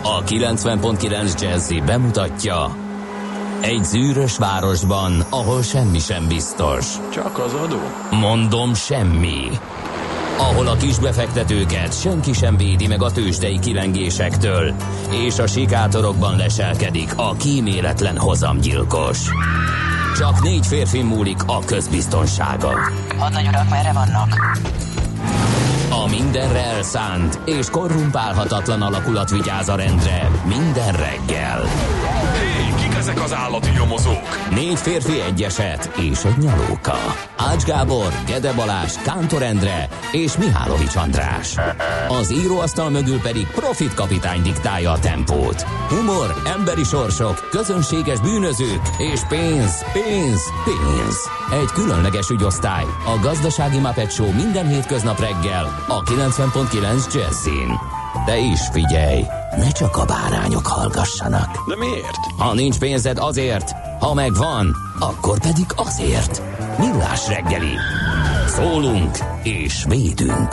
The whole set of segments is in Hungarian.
A 90.9 Jazzy bemutatja: egy zűrös városban, ahol semmi sem biztos. Csak az adó? Mondom, semmi. Ahol a kisbefektetőket senki sem védi meg a tőzsdei kilengésektől, és a sikátorokban leselkedik a kíméletlen hozamgyilkos. Csak 4 férfi múlik a közbiztonsága. Hadnagy urak, merre vannak? A mindenre elszánt és korrumpálhatatlan alakulat vigyáz a rendre minden reggel. Hé, kik ezek az állati nyomozók? 4 férfi, egy eset és egy nyalóka. Ács Gábor, Gede Balázs, Kántor Endre és Mihálovics András. Az íróasztal mögül pedig Profit kapitány diktálja a tempót. Humor, emberi sorsok, közönséges bűnözők és pénz, pénz, pénz. Egy különleges ügyosztály, a Gazdasági Muppet Show minden hétköznap reggel a 90.9 Jazzyn. De is figyelj, ne csak a bárányok hallgassanak. De miért? Ha nincs pénzed, azért, ha megvan, akkor pedig azért. Millás reggeli. Szólunk és védünk.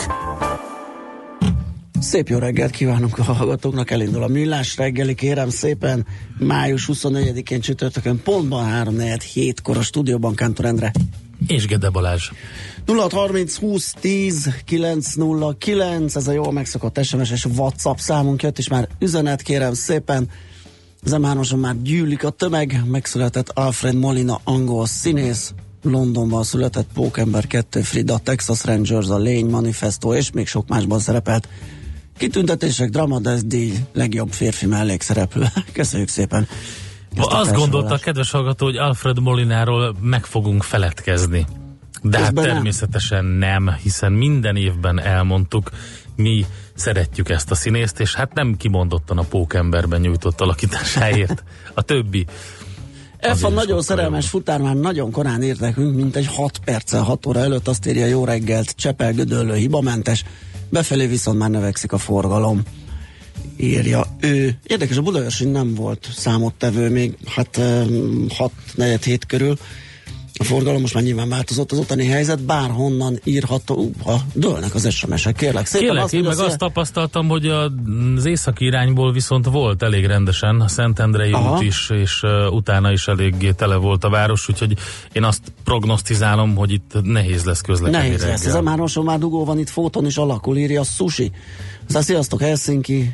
Szép jó reggelt kívánunk a hallgatóknak, elindul a Millás reggeli, kérem szépen, május 24-én csütörtökön, pontban 3-4-7-kor a stúdióban Kántor Endre. És Gede Balázs. 0630 20 10 909, ez a jól megszokott SMS és WhatsApp számunk, jött is már üzenet, kérem szépen. Az M3-oson már gyűlik a tömeg, megszületett Alfred Molina, angol színész, Londonban született Pókember 2, Frida, Texas Rangers, a Lény, Manifesto és még sok másban szerepelt. Kitüntetések, Drama Death díj, legjobb férfi mellékszereplő. Köszönjük szépen. Azt gondolta a kedves hallgató, hogy Alfred Molináról meg fogunk feledkezni. De hát természetesen nem, hiszen minden évben elmondtuk, mi szeretjük ezt a színészt, és hát nem kimondottan a Pókemberben nyújtott alakításáért. A többi. A nagyon szerelmes futár már nagyon korán írt nekünk, mint egy 6 perccel 6 óra előtt, azt írja: jó reggelt, Csepel Gödöllő hibamentes, befelé viszont már növekszik a forgalom, írja ő. Érdekes, a Budaörsön nem volt számottevő még, hát 6-4-7 körül. A forgalom most már nyilván változott az ottani helyzet, bárhonnan írható, dőlnek az SMS-ek, kérlek szépen. Kérlek, én meg azt tapasztaltam, hogy az északi irányból viszont volt elég rendesen, a Szentendrei út is, és utána is eléggé tele volt a város, úgyhogy én azt prognosztizálom, hogy itt nehéz lesz közlekedni. Nehéz lesz, ez a már dugó van, itt Fóton is alakul, írja Sushi. Aztán sziasztok, Helsinki,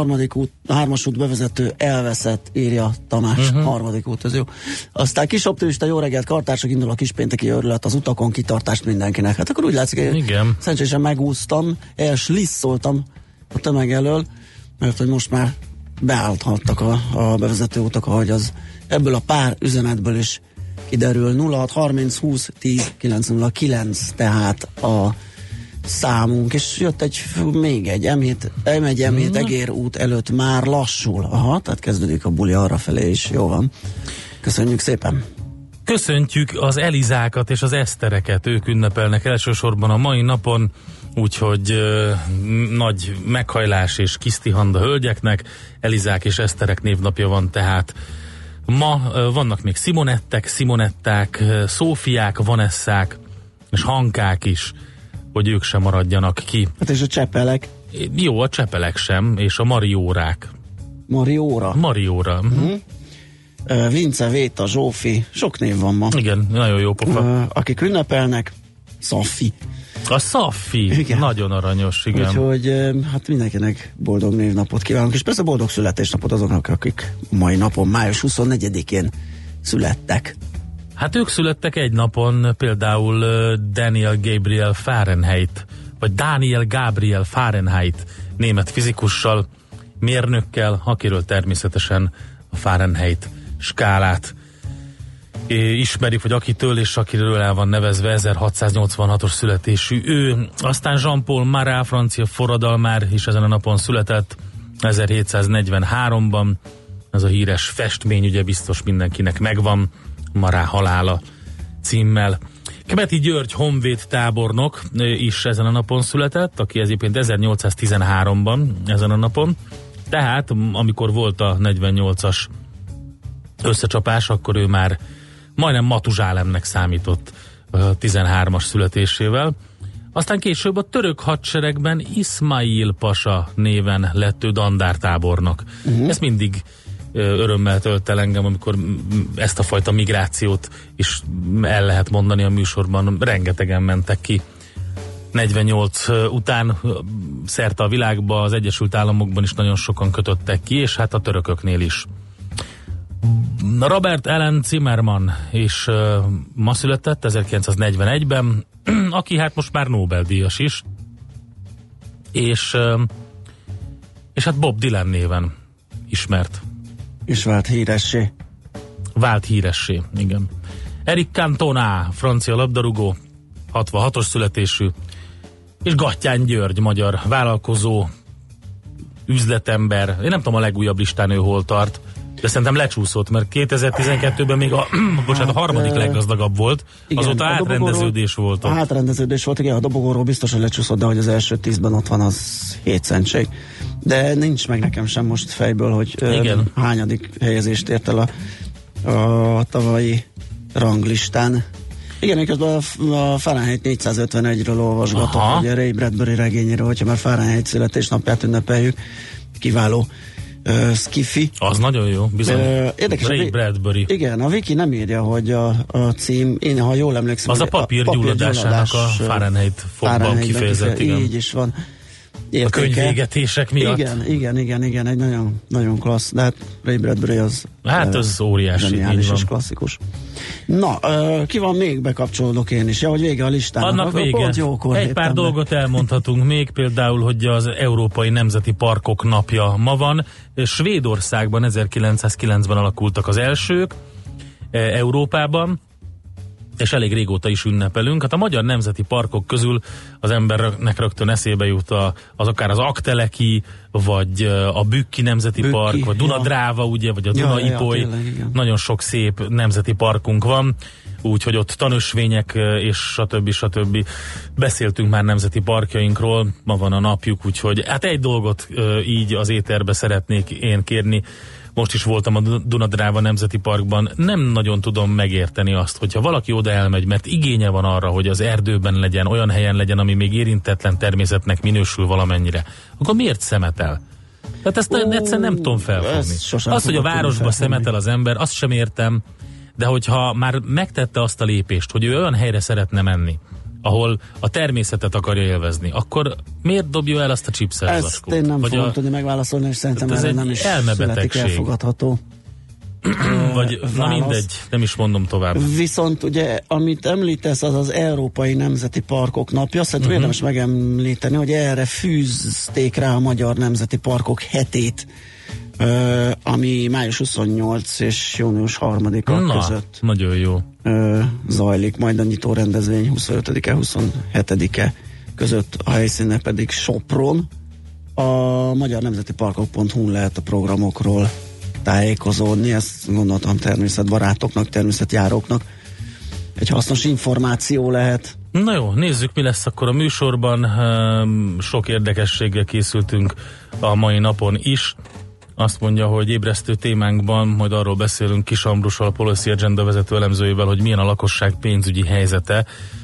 3. út bevezető elveszett, írja Tamás, 3. út, ez jó. Aztán kis optimista, jó reggelt, kartársak, indul a kispénteki őrület, az utakon, kitartást mindenkinek. Hát akkor úgy látszik, hogy szerencsésen megúsztam, elslisszoltam a tömeg elől, mert hogy most már beállhattak a bevezető utak, ahogy az ebből a pár üzenetből is kiderül. 0630 20 10 909 tehát a számunk, és jött még egy M7 Egér út előtt már lassul. Tehát kezdődik a buli arrafelé is. Jó van. Köszönjük szépen. Köszöntjük az Elizákat és az Esztereket, ők ünnepelnek elsősorban a mai napon, úgyhogy nagy meghajlás és kisztihanda hölgyeknek. Elizák és Eszterek névnapja van tehát ma. Vannak még Simonetták, Szófiák, Vanessák és Hankák is, hogy ők sem maradjanak ki. Hát és a Csepelek? Jó, a Csepelek sem, és a Mariórák. Marióra. Vince, Véta, Zsófi, sok név van ma. Igen, nagyon jó pofa. Akik ünnepelnek, Szaffi. A Szaffi, igen. Nagyon aranyos, igen. Úgyhogy hát mindenkinek boldog névnapot kívánunk, és persze boldog születésnapot azoknak, akik mai napon, május 24-én születtek. Hát ők születtek egy napon, például Daniel Gabriel Fahrenheit német fizikussal, mérnökkel, akiről természetesen a Fahrenheit skálát ismerjük, vagy akitől és akiről el van nevezve, 1686-os születésű ő. Aztán Jean-Paul Marat, francia forradalmár is ezen a napon született, 1743-ban. Ez a híres festmény, ugye biztos mindenkinek megvan, Marat halála címmel. Kemeti György honvéd tábornok is ezen a napon született, aki egyébként 1813-ban ezen a napon. Tehát amikor volt a 48-as összecsapás, akkor ő már majdnem Matuzsálemnek számított 13-as születésével. Aztán később a török hadseregben Ismail Pasa néven lett ő dandártábornok. Ez mindig örömmel tölt el engem, amikor ezt a fajta migrációt is el lehet mondani a műsorban. Rengetegen mentek ki 48 után szerte a világba, az Egyesült Államokban is nagyon sokan kötöttek ki, és hát a törököknél is. Robert Allen Zimmermann is ma született 1941-ben, aki hát most már Nobel-díjas is, és hát Bob Dylan néven ismert. És vált híressé. Vált híressé, igen. Eric Cantona, francia labdarúgó, 66-os születésű, és Gattyán György, magyar vállalkozó, üzletember. Én nem tudom a legújabb listán ő hol tart, de szerintem lecsúszott, mert 2012-ben még a harmadik leggazdagabb volt, igen, azóta átrendeződés volt. A átrendeződés volt, igen, a dobogóról biztos, hogy lecsúszott, de hogy az első 10-ben ott van, az 7 szentség. De nincs meg nekem sem most fejből, hogy hányadik helyezést ért el a tavalyi ranglistán. Igen, közben a Fahrenheit 451-ről olvasgatok, ugye Ray Bradbury regényéről, hogyha már Fahrenheit születésnapját ünnepeljük, kiváló skifi. Az nagyon jó, bizony. Érdekes, Ray Bradbury. Igen, a Wiki nem írja, hogy a cím, én ha jól emlékszem, az a papírgyulladásának a Fahrenheit fokban kifejezett, igen. Így is van. Értéke. A könyvégetések miatt. Igen, egy nagyon, nagyon klassz, de hát Ray Bradbury az hát az óriási, zseniális és klasszikus. Na, ki van még, bekapcsolódok én is, hogy vége a listának. Annak vége. Egy pár dolgot elmondhatunk még, például, hogy az Európai Nemzeti Parkok napja ma van. Svédországban 1909-ben alakultak az elsők, Európában, és elég régóta is ünnepelünk. Hát a magyar nemzeti parkok közül az embernek rögtön eszébe jut az akár az Akteleki, vagy a Bükki Nemzeti Park, vagy Dunadráva, ugye, vagy a Duna-Ipoly. Nagyon sok szép nemzeti parkunk van, úgyhogy ott tanösvények, és stb. Beszéltünk már nemzeti parkjainkról, ma van a napjuk, úgyhogy hát egy dolgot így az éterbe szeretnék én kérni. Most is voltam a Dunadráva Nemzeti Parkban, nem nagyon tudom megérteni azt, hogyha valaki oda elmegy, mert igénye van arra, hogy az erdőben legyen, olyan helyen legyen, ami még érintetlen természetnek minősül valamennyire, akkor miért szemetel? Tehát ezt egyszerűen nem tudom felfogni. Az, hogy a városba szemetel az ember, azt sem értem, de hogyha már megtette azt a lépést, hogy ő olyan helyre szeretne menni, ahol a természetet akarja élvezni, akkor miért dobja el azt a chipset zacskót? Ezt én nem fogom tudni megválaszolni, és szerintem erre nem is születik elfogadható vagy, na mindegy, nem is mondom tovább. Viszont ugye, amit említesz, az az Európai Nemzeti Parkok napja, szerintem érdemes megemlíteni, hogy erre fűzték rá a Magyar Nemzeti Parkok hetét, ami május 28 és június 3-a között nagyon jó. Zajlik, majd a nyitó rendezvény 25-e, 27-e között, a helyszíne pedig Sopron. A magyarnemzetiparkok.hu lehet a programokról tájékozódni, ezt gondoltam természetbarátoknak, természetjáróknak egy hasznos információ lehet. Na jó, nézzük, mi lesz akkor a műsorban. Sok érdekességgel készültünk a mai napon is. Azt mondja, hogy ébresztő témánkban majd arról beszélünk Kis Ambrussal, a Policy Agenda vezető elemzőjével, hogy milyen a lakosság pénzügyi helyzete.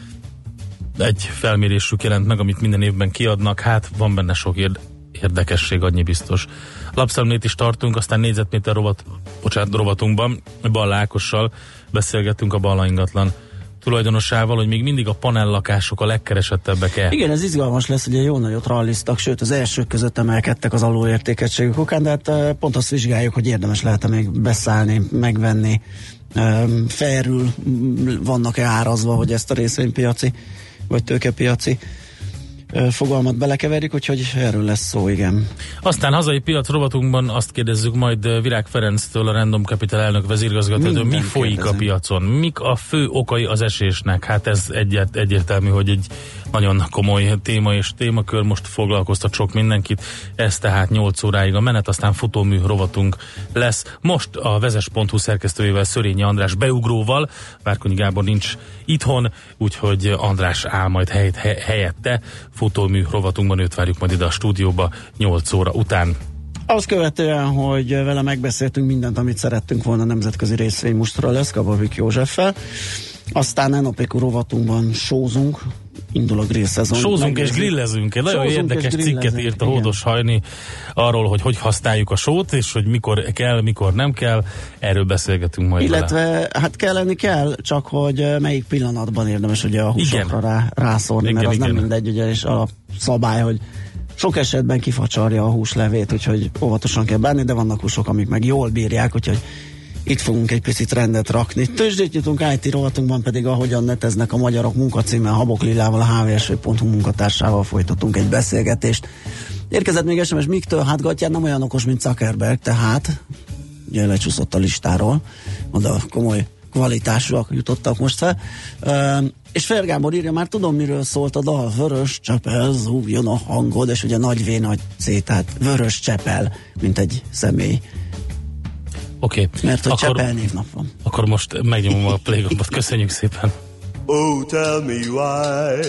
Egy felmérésük jelent meg, amit minden évben kiadnak, hát van benne sok érdekesség, annyi biztos. Lapszemlét is tartunk, aztán négyzetméter rovatunkban Balla Ákossal beszélgettünk a Balla ingatlan tulajdonosával, hogy még mindig a panellakások a legkeresettebbek-e. Igen, ez izgalmas lesz, ugye jó nagyot ralliztak, sőt az elsők között emelkedtek az alulértékeltségük okán, de hát pont azt vizsgáljuk, hogy érdemes lehet-e még beszállni, megvenni, fairül vannak-e árazva, hogy ezt a részvénypiaci vagy tőkepiaci fogalmat belekeverjük, úgyhogy erről lesz szó, igen. Aztán hazai piac rovatunkban azt kérdezzük majd Virág Ferenctől, a Random Capital elnök vezérigazgatótól, mi folyik a piacon, mik a fő okai az esésnek. Hát ez egyértelmű, hogy egy nagyon komoly téma és témakör, most foglalkoztat sok mindenkit, ez tehát 8 óráig a menet, aztán futómű rovatunk lesz. Most a vezes.hu szerkesztőjével, Szörényi András beugróval, Várkonyi Gábor nincs itthon, úgyhogy András áll majd helyette. Futómű rovatunkban őt várjuk majd ide a stúdióba 8 óra után. Azt követően, hogy vele megbeszéltünk mindent, amit szerettünk volna nemzetközi részvénymustra lesz, Kababik Józseffel. Aztán NOPQ rovatunkban sózunk, indul a grill szezon. Sózunk és grillezünk. Egy nagyon érdekes cikket írt a Hódos Hajni arról, hogy használjuk a sót, és hogy mikor kell, mikor nem kell. Erről beszélgetünk majd. Illetve, hát kelleni kell, csak hogy melyik pillanatban érdemes ugye a húsokra rászórni, mert az nem mindegy, ugye, és a szabály, hogy sok esetben kifacsarja a húslevét, úgyhogy óvatosan kell bánni, de vannak húsok, amik meg jól bírják, úgyhogy itt fogunk egy picit rendet rakni. Tőzsdét jutunk, IT rovatunkban pedig ahogyan neteznek a magyarok munkacímmel Habok Lilával, a hvsv.hu munkatársával folytatunk egy beszélgetést. Érkezett még SMS Miktől, hát Gattyán nem olyan okos, mint Zuckerberg, tehát ugye lecsúszott a listáról, oda komoly kvalitásúak jutottak most fel. És Fer Gábor írja, már tudom, miről szólt a dal, Vörös Csepel, zúgjon a hangod, és ugye nagy V, nagy C, tehát Vörös Csepel, mint egy személy. Oké. Mert hogy Csepel névnap van. Akkor most megnyomom a playgombot. Köszönjük szépen. Oh, tell me why.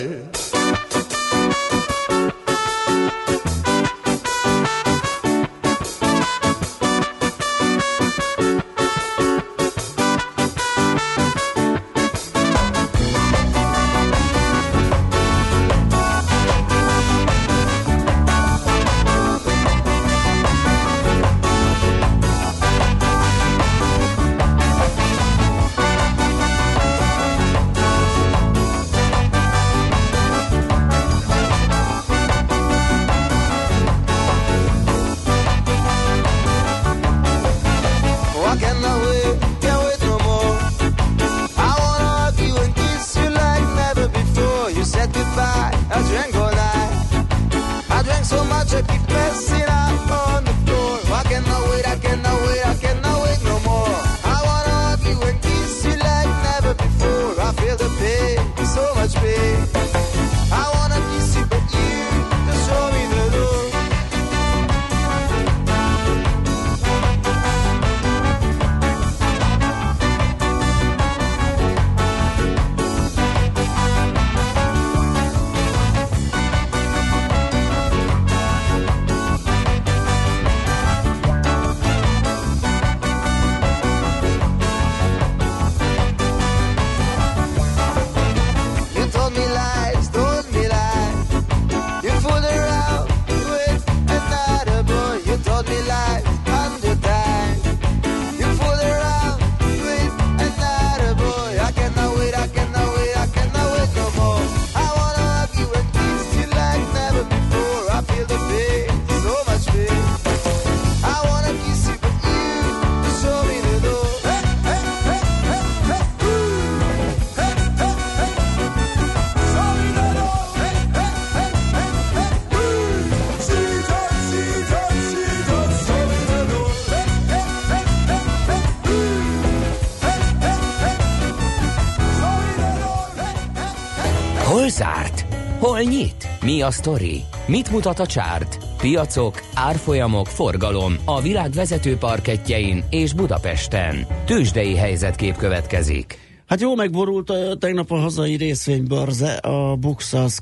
Hol zárt? Hol nyit? Mi a sztori? Mit mutat a csárt? Piacok, árfolyamok, forgalom a világ vezető parkettjein és Budapesten. Tőzsdei helyzetkép következik. Hát jó megborult tegnap a hazai részvénybörze, a Bux az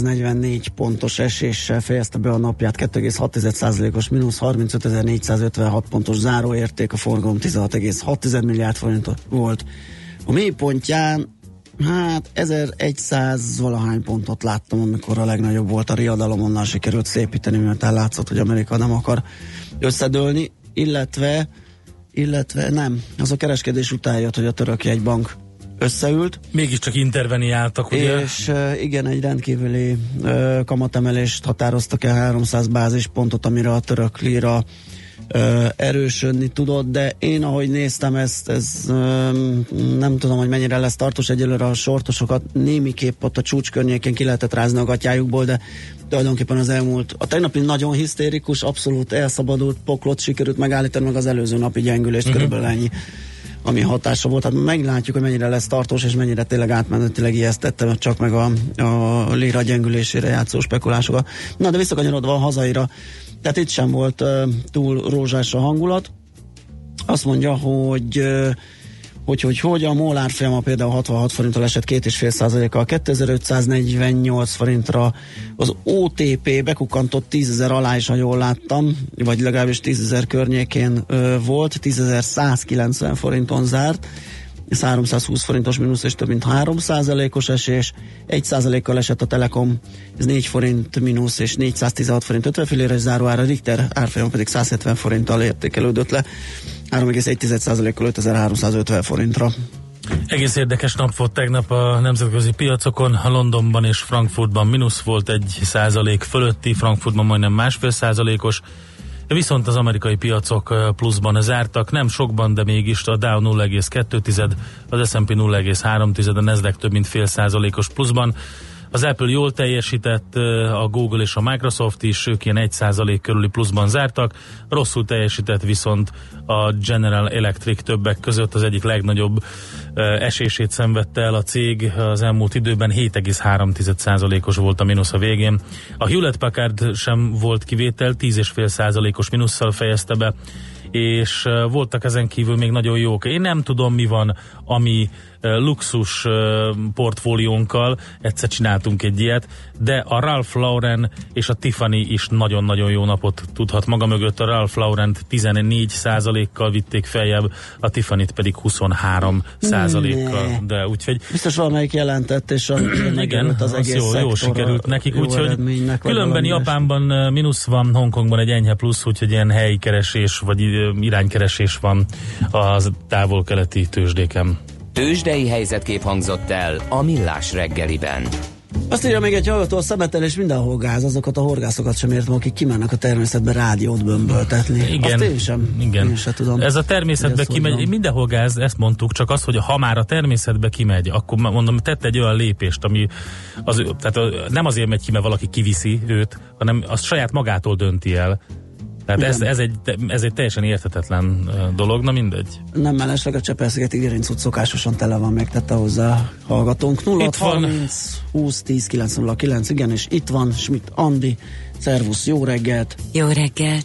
944 pontos eséssel fejezte be a napját, 2,6%-os mínusz, 35.456 pontos záróérték, a forgalom 16,6 milliárd forint volt. A mélypontján hát 1100 valahány pontot láttam, amikor a legnagyobb volt a riadalom, onnan sikerült szépíteni, mert látszott, hogy Amerika nem akar összedőlni, illetve nem, az a kereskedés után jött, hogy a török jegybank összeült. Mégiscsak interveniáltak, ugye? És igen, egy rendkívüli kamatemelést határoztak el, 300 bázispontot, amire a török lira erősödni tudott, de én ahogy néztem ez nem tudom, hogy mennyire lesz tartós, egyelőre a sortosokat némiképp ott a csúcs környékén ki lehetett rázni a gatyájukból, de tulajdonképpen a tegnapi nagyon hisztérikus, abszolút elszabadult poklot sikerült megállítani, meg az előző napi gyengülést, körülbelül ennyi, ami hatása volt. Hát meglátjuk, hogy mennyire lesz tartós, és mennyire tényleg átmenetileg ijesztettem csak meg a lira gyengülésére játszó spekulásokat. Na, de visszakanyarodva a hazaira, tehát itt sem volt túl rózsás a hangulat. Azt mondja, hogy a MOL árfolyama például 66 forinttal esett 2,5%-kal, 2548 forintra, az OTP bekukkantott 10.000 alá is, ha jól láttam, vagy legalábbis 10.000 környékén volt, 10.190 forinton zárt, ez 320 forintos mínusz és több mint 3%-os esés, 1%-kal esett a Telekom, ez 4 forint mínusz és 416 forint 50 filléres záróára, Richter árfolyam pedig 170 forinttal értékelődött le, 3,1%-kal 5350 forintra. Egész érdekes nap volt tegnap a nemzetközi piacokon, Londonban és Frankfurtban mínusz volt 1% fölötti, Frankfurtban majdnem 1,5%-os, viszont az amerikai piacok pluszban zártak, nem sokban, de mégis a Dow 0,2, az S&P 0,3, a Nasdaq több mint 0,5%-os pluszban. Az Apple jól teljesített, a Google és a Microsoft is, ők ilyen 1% körüli pluszban zártak, rosszul teljesített viszont a General Electric többek között, az egyik legnagyobb esését szenvedte el a cég az elmúlt időben, 7,3%-os volt a mínusz a végén. A Hewlett Packard sem volt kivétel, 10,5%-os mínusszal fejezte be, és voltak ezen kívül még nagyon jók. Én nem tudom, mi van a mi luxus portfóliónkkal, egyszer csináltunk egy ilyet, de a Ralph Lauren és a Tiffany is nagyon-nagyon jó napot tudhat maga mögött. A Ralph Laurent 14%-kal vitték feljebb, a Tiffanyt pedig 23%-kal. De úgyhogy... Biztos valamelyik jelentett, és igen, az egész jó sikerült nekik, úgyhogy különben Japánban mínusz van, Hongkongban egy enyhe plusz, úgyhogy ilyen helykeresés vagy iránykeresés van az távol-keleti tőzsdéken. Tőzsdei helyzetkép hangzott el a Millás reggeliben. Azt írja még egy hallgató, a szemetel és mindenhol gáz, azokat a horgászokat sem értem, akik kimennek a természetbe rádiót bömböltetni. Igen, azt én sem tudom. Ez a természetbe kimegy, mindenhol gáz, ezt mondtuk, csak az, hogy ha már a természetbe kimegy, akkor mondom, tett egy olyan lépést, ami tehát nem azért megy ki, mert valaki kiviszi őt, hanem azt saját magától dönti el. Tehát ez egy teljesen érthetetlen dolog, na mindegy. Nem mellesleg a Csepel-szigeti gerincút szokásosan tele van, megtette hozzá hallgatónk. 0-30 20 10 909, igen, és itt van Schmidt Andi. Szervusz, jó reggelt! Jó reggelt!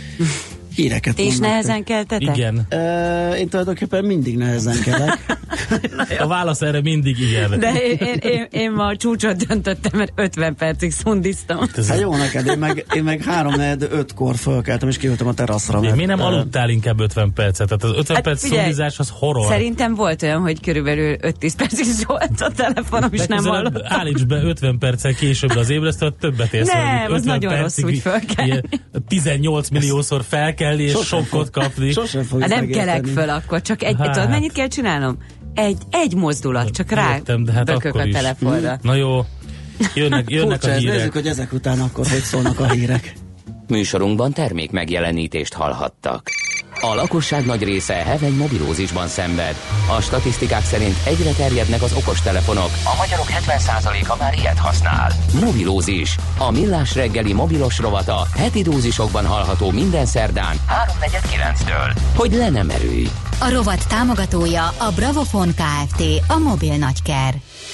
Híreket és nehezen keltetek? Igen. Én tulajdonképpen mindig nehezen kelek. A válasz erre mindig igen. De én ma a csúcsot döntöttem, mert 50 percig szundiztam. Hát jó neked, én meg 3-4-5-kor fölkeltem, és kiültem a teraszra. Mi nem aludtál inkább 50 percet? Tehát az 50 perc szundizás az horror. Szerintem volt olyan, hogy körülbelül 5-10 percig szólt a telefonom, és nem hallottam. Állíts be 50 perccel később az ébresztőt, többet érsz. Nem, az nagyon rossz úgy fölkelni. 18 milliószor felkelni, és sokkot kapni. Nem kelek föl akkor, csak tudod, mennyit kell csinálnom? Egy mozdulat, csak rá bökök a telefonra. Na jó, jönnek a hírek. Nézzük, hogy ezek után akkor hogy szólnak a hírek. Műsorunkban termék megjelenítést hallhattak. A lakosság nagy része heveny mobilózisban szenved. A statisztikák szerint egyre terjednek az okostelefonok. A magyarok 70%-a már ilyet használ. Mobilózis. A Millás reggeli mobilos rovata heti dózisokban hallható minden szerdán 3-4-9-től. Hogy le nem erőj. A rovat támogatója a Bravofon Kft. A mobil nagyker.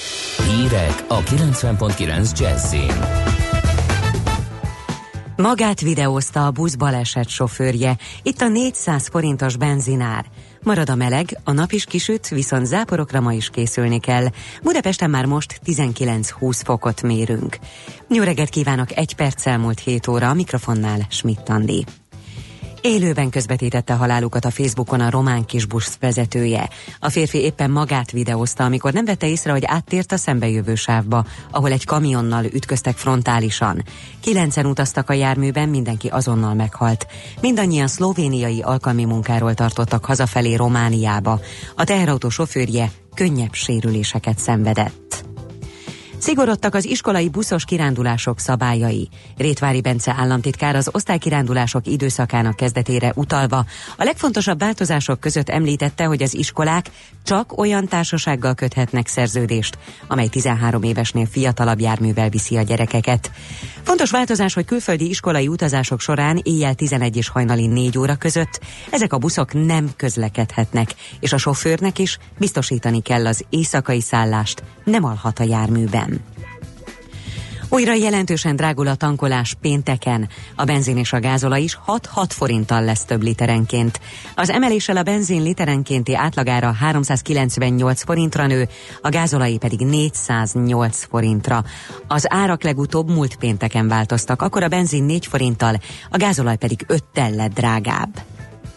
Hírek a 90.9 Jazzin. Magát videózta a busz baleset sofőrje. Itt a 400 forintos benzinár. Marad a meleg, a nap is kisüt, viszont záporokra ma is készülni kell. Budapesten már most 19-20 fokot mérünk. Jó reggelt kívánok, 1 perccel múlt 7 óra, a mikrofonnál Schmidt Andi. Élőben közvetítette halálukat a Facebookon a román kisbusz vezetője. A férfi éppen magát videózta, amikor nem vette észre, hogy áttért a szembejövő sávba, ahol egy kamionnal ütköztek frontálisan. 9-en utaztak a járműben, mindenki azonnal meghalt. Mindannyian szlovéniai alkalmi munkáról tartottak hazafelé Romániába. A teherautó sofőrje könnyebb sérüléseket szenvedett. Szigorodtak az iskolai buszos kirándulások szabályai. Rétvári Bence államtitkár az osztálykirándulások időszakának kezdetére utalva a legfontosabb változások között említette, hogy az iskolák csak olyan társasággal köthetnek szerződést, amely 13 évesnél fiatalabb járművel viszi a gyerekeket. Fontos változás, hogy külföldi iskolai utazások során éjjel 11 és hajnali 4 óra között ezek a buszok nem közlekedhetnek, és a sofőrnek is biztosítani kell az éjszakai szállást, nem alhat a járműben. Újra jelentősen drágul a tankolás pénteken. A benzin és a gázolaj is 6-6 forinttal lesz több literenként. Az emeléssel a benzin literenkénti átlagára 398 forintra nő, a gázolai pedig 408 forintra. Az árak legutóbb múlt pénteken változtak, akkor a benzin 4 forinttal, a gázolaj pedig 5-tel lett drágább.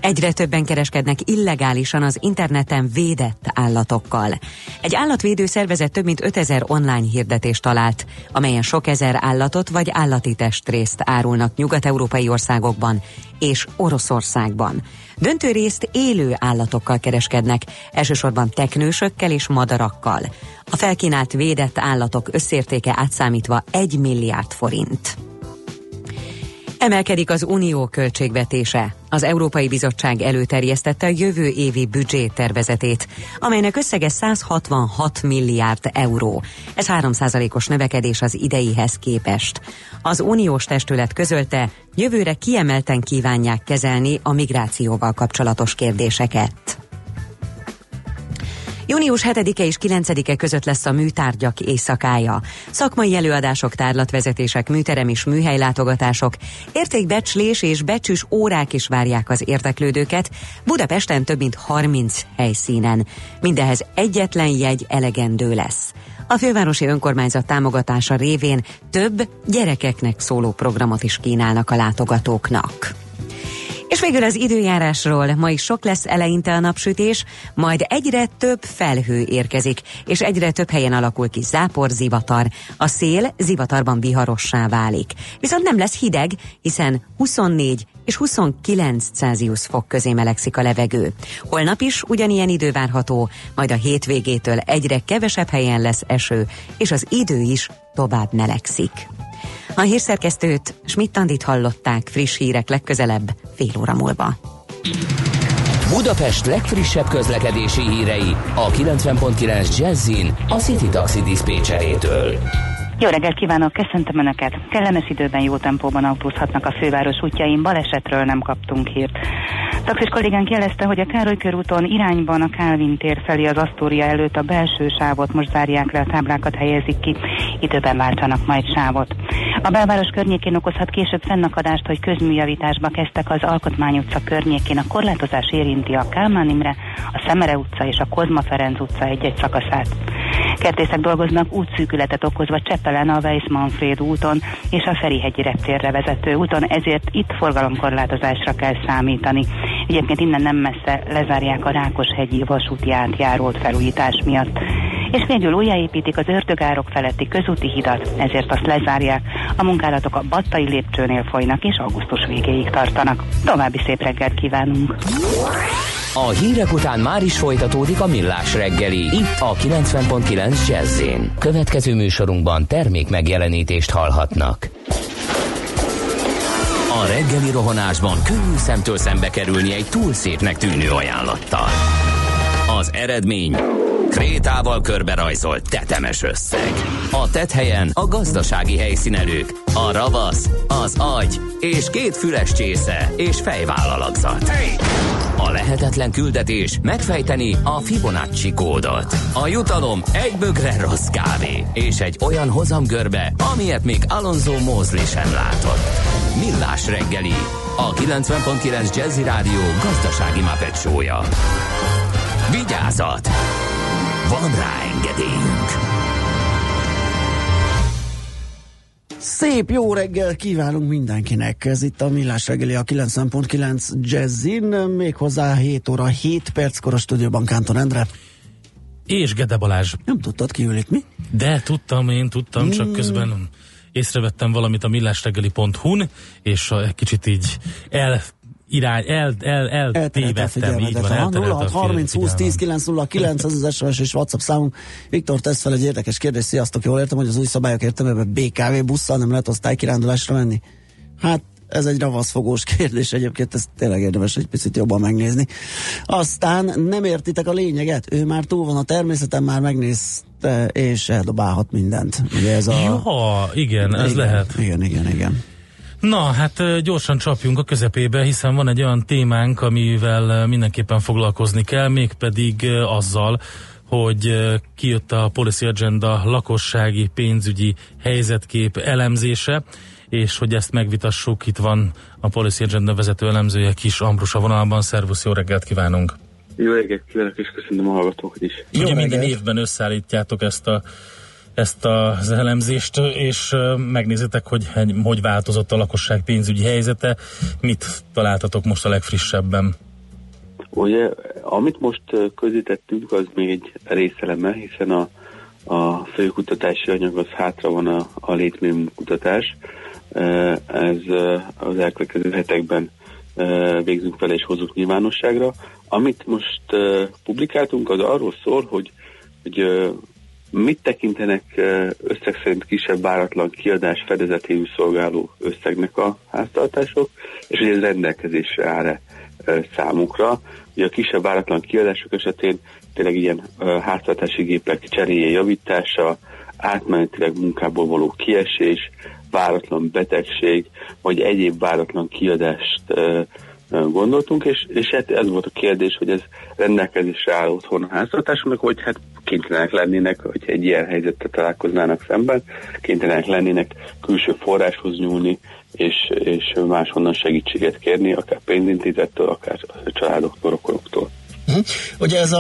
Egyre többen kereskednek illegálisan az interneten védett állatokkal. Egy állatvédő szervezet több mint 5000 online hirdetést talált, amelyen sok ezer állatot vagy állati testrészt árulnak nyugat-európai országokban és Oroszországban. Döntő részt élő állatokkal kereskednek, elsősorban teknősökkel és madarakkal. A felkínált védett állatok összértéke átszámítva 1 milliárd forint. Emelkedik az unió költségvetése. Az Európai Bizottság előterjesztette a jövő évi büdzsétervezetét, amelynek összege 166 milliárd euró. Ez 3%-os növekedés az ideihez képest. Az uniós testület közölte, jövőre kiemelten kívánják kezelni a migrációval kapcsolatos kérdéseket. Június 7-e és 9-e között lesz a műtárgyak éjszakája. Szakmai előadások, tárlatvezetések, műterem és műhelylátogatások, értékbecslés és becsüs órák is várják az érdeklődőket, Budapesten több mint 30 helyszínen. Mindehhez egyetlen jegy elegendő lesz. A fővárosi önkormányzat támogatása révén több gyerekeknek szóló programot is kínálnak a látogatóknak. És végül az időjárásról. Ma is sok lesz eleinte a napsütés, majd egyre több felhő érkezik, és egyre több helyen alakul ki zápor, zivatar. A szél zivatarban viharossá válik. Viszont nem lesz hideg, hiszen 24 és 29 Celsius fok közé melegszik a levegő. Holnap is ugyanilyen idő várható, majd a hétvégétől egyre kevesebb helyen lesz eső, és az idő is tovább melegszik. A hírszerkesztőt, Schmidt-Andit hallották, friss hírek legközelebb fél óra múlva. Budapest legfrissebb közlekedési hírei a 90.9 Jazzin a City Taxi diszpécserétől. Jó reggelt kívánok, köszöntöm Önöket! Kellemes időben, jó tempóban autózhatnak a főváros útjain, balesetről nem kaptunk hírt. Taxis kollégánk jelezte, hogy a Károly körúton irányban a Kálvin tér felé az Asztória előtt a belső sávot most zárják le, a táblákat helyezik ki, időben váltanak majd sávot. A belváros környékén okozhat később fennakadást, hogy közműjavításba kezdtek az Alkotmány utca környékén. A korlátozás érinti a Kálmán Imre, a Szemere utca és a Kozma Ferenc utca egy-egy szakaszát. Kertészek dolgoznak útszűkületet okozva Csepelen a Weiss-Manfréd úton és a Ferihegyi reptérre vezető úton, ezért itt forgalomkorlátozásra kell számítani. Egyébként innen nem messze lezárják a Rákoshegyi vasúti átjárót felújítás miatt. És végül újjáépítik az Ördögárok feletti közúti hidat, ezért azt lezárják. A munkálatok a Battai lépcsőnél folynak és augusztus végéig tartanak. További szép reggelt kívánunk! A hírek után már is folytatódik a Millás reggeli, itt a 90.9 Jazz-in. Következő műsorunkban termék megjelenítést hallhatnak. A reggeli rohanásban könnyű szemtől szembe kerülni egy túl szépnek tűnő ajánlattal. Az eredmény krétával körberajzolt tetemes összeg. A tetthelyen a gazdasági helyszínelők, a ravasz, az agy és 2 füles csésze és fejvállalakzat. A lehetetlen küldetés megfejteni a Fibonacci kódot. A jutalom egy bögre rossz kávé és egy olyan hozamgörbe, amilyet még Alonso Mosley sem látott. Millás reggeli, a 90.9 Jazzy Rádió gazdasági Muppet show-ja. Vigyázat! Van rá engedélyünk! Szép jó reggel kívánunk mindenkinek! Ez itt a Millás reggeli, a 90.9 Jazzin, méghozzá 7 óra 7 perckor a stúdióban Kántor Endre. És Gede Balázs. Nem tudtad, ki ül itt, mi? De tudtam, csak közben észrevettem valamit a millásreggeli.hu-n, és kicsit így eltévedtem, így van, elterelt a 30 20 10 909, ez az SMS és WhatsApp számunk. Viktor tesz fel egy érdekes kérdés, sziasztok, jól értem, hogy az új szabályok értelmében BKV busszal nem lehet osztálykirándulásra menni? Hát ez egy ravaszfogós kérdés egyébként, ez tényleg érdemes egy picit jobban megnézni. Aztán nem értitek a lényeget, ő már túl van a természeten, már megnézte és eldobálhat mindent. Ugye ez igen, ez lehet. Igen. Na, hát gyorsan csapjunk a közepébe, hiszen van egy olyan témánk, amivel mindenképpen foglalkozni kell, mégpedig azzal, hogy kijött a Policy Agenda lakossági pénzügyi helyzetkép elemzése, és hogy ezt megvitassuk, itt van a Policy Agenda vezető elemzője, Kis Ambrus a vonalban. Szervusz, jó reggelt kívánunk! Jó reggelt kívánok, és köszönöm a hallgatókat is! Ugye minden évben összeállítjátok ezt az elemzést, és megnézitek, hogy változott a lakosság pénzügyi helyzete. Mit találtatok most a legfrissebben? Ugye, amit most közítettünk, az még egy részeleme, hiszen a főkutatási anyag az hátra van a létminimum kutatás. Ez az elkövetkező hetekben végzünk vele és hozzuk nyilvánosságra. Amit most publikáltunk, az arról szól, hogy mit tekintenek összeg szerint kisebb váratlan kiadás fedezetéül szolgáló összegnek a háztartások, és hogy ez rendelkezésre áll számukra. Ugye a kisebb váratlan kiadások esetén tényleg ilyen háztartási gépek cseréje, javítása, átmenetileg munkából való kiesés, váratlan betegség, vagy egyéb váratlan kiadást gondoltunk, és hát ez volt a kérdés, hogy ez rendelkezésre áll otthon a háztartásoknak, hogy hát kénytelenek lennének, hogy egy ilyen helyzettel találkoznának szemben, kénytelenek lennének külső forráshoz nyúlni, és máshonnan segítséget kérni, akár pénzintézettől, akár családoktól, rokoloktól. Ugye ez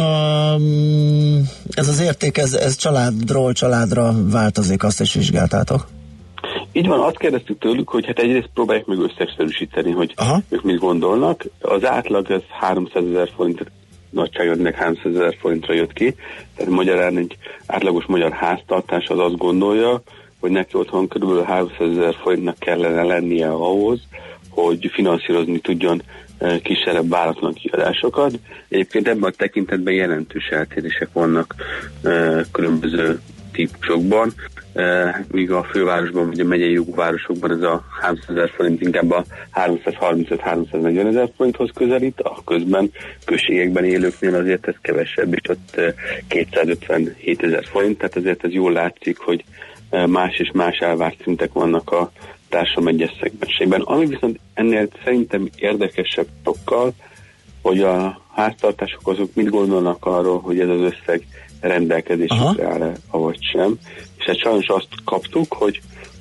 az érték, ez családról családra változik, azt is vizsgáltátok? Így van, azt kérdeztük tőlük, hogy hát egyrészt próbálják meg összegszerűsíteni, hogy ők mit gondolnak. Az átlag ez 300 000 forint, nagyságrendileg 300 000 forintra jött ki, tehát magyarán egy átlagos magyar háztartás az azt gondolja, hogy neki otthon kb. 300 000 forintnak kellene lennie ahhoz, hogy finanszírozni tudjon kisebb váratlan kiadásokat. Egyébként ebben a tekintetben jelentős eltérések vannak különböző típusokban, míg a fővárosban vagy a megyei jogú városokban ez a 300 000 forint inkább a 335-340 000 forinthoz közelít, a közben községekben élőknél azért ez kevesebb, és ott 257 000 forint, tehát azért ez jól látszik, hogy más és más elvárt szintek vannak a társadalom egyes szegmensében. Ami viszont ennél szerintem érdekesebb sokkal, hogy a háztartások azok mit gondolnak arról, hogy ez az összeg rendelkezésükre áll-e, avagy sem. És hát sajnos azt kaptuk, hogy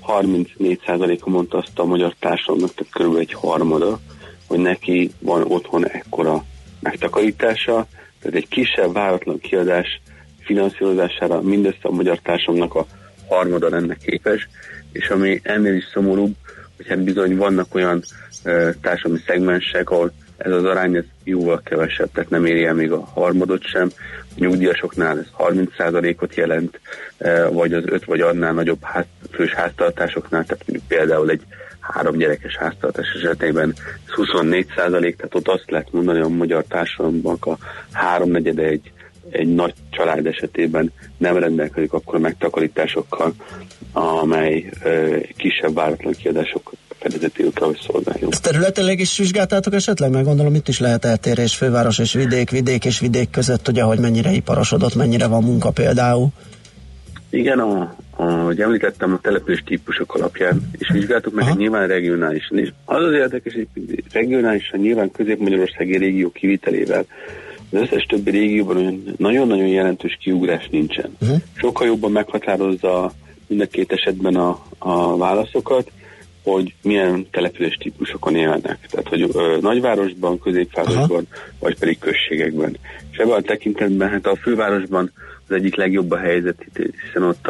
34%-a mondta azt a magyar társadalomnak, tehát kb. Egy harmada, hogy neki van otthon ekkora megtakarítása, tehát egy kisebb váratlan kiadás finanszírozására mindössze a magyar társadalomnak a harmada lenne képes, és ami ennél is szomorúbb, hogy hát bizony vannak olyan társadalmi szegmensek, ahol ez az arány ez jóval kevesebb, tehát nem éri el még a harmadot sem. A nyugdíjasoknál ez 30%-ot jelent, vagy az 5 vagy annál nagyobb fős háztartásoknál, tehát például egy 3 gyerekes háztartás esetében 24%, tehát ott azt lehet mondani, hogy a magyar társadalomban a 3/4 egy nagy család esetében nem rendelkezik akkor megtakarításokkal, amely kisebb váratlan kiadások fedezetéül kell, hogy szolgáljon. Ezt területileg is vizsgáltátok esetleg? Meg gondolom itt is lehet eltérés főváros és vidék és vidék között, ugye, hogy mennyire iparosodott, mennyire van munka például. Igen, ahogy említettem, a település típusok alapján is vizsgáltuk meg, nyilván regionálisan is. Az az érdekes, hogy regionálisan nyilván Közép-Magyarországi régió kivitelével az összes többi régióban olyan nagyon-nagyon jelentős kiugrás nincsen. Sokkal jobban meghatározza mind a két esetben a válaszokat, hogy milyen település típusokon élnek. Tehát, hogy nagyvárosban, középvárosban, vagy pedig községekben. És ebben a tekintetben, hát a fővárosban az egyik legjobb a helyzet, hiszen ott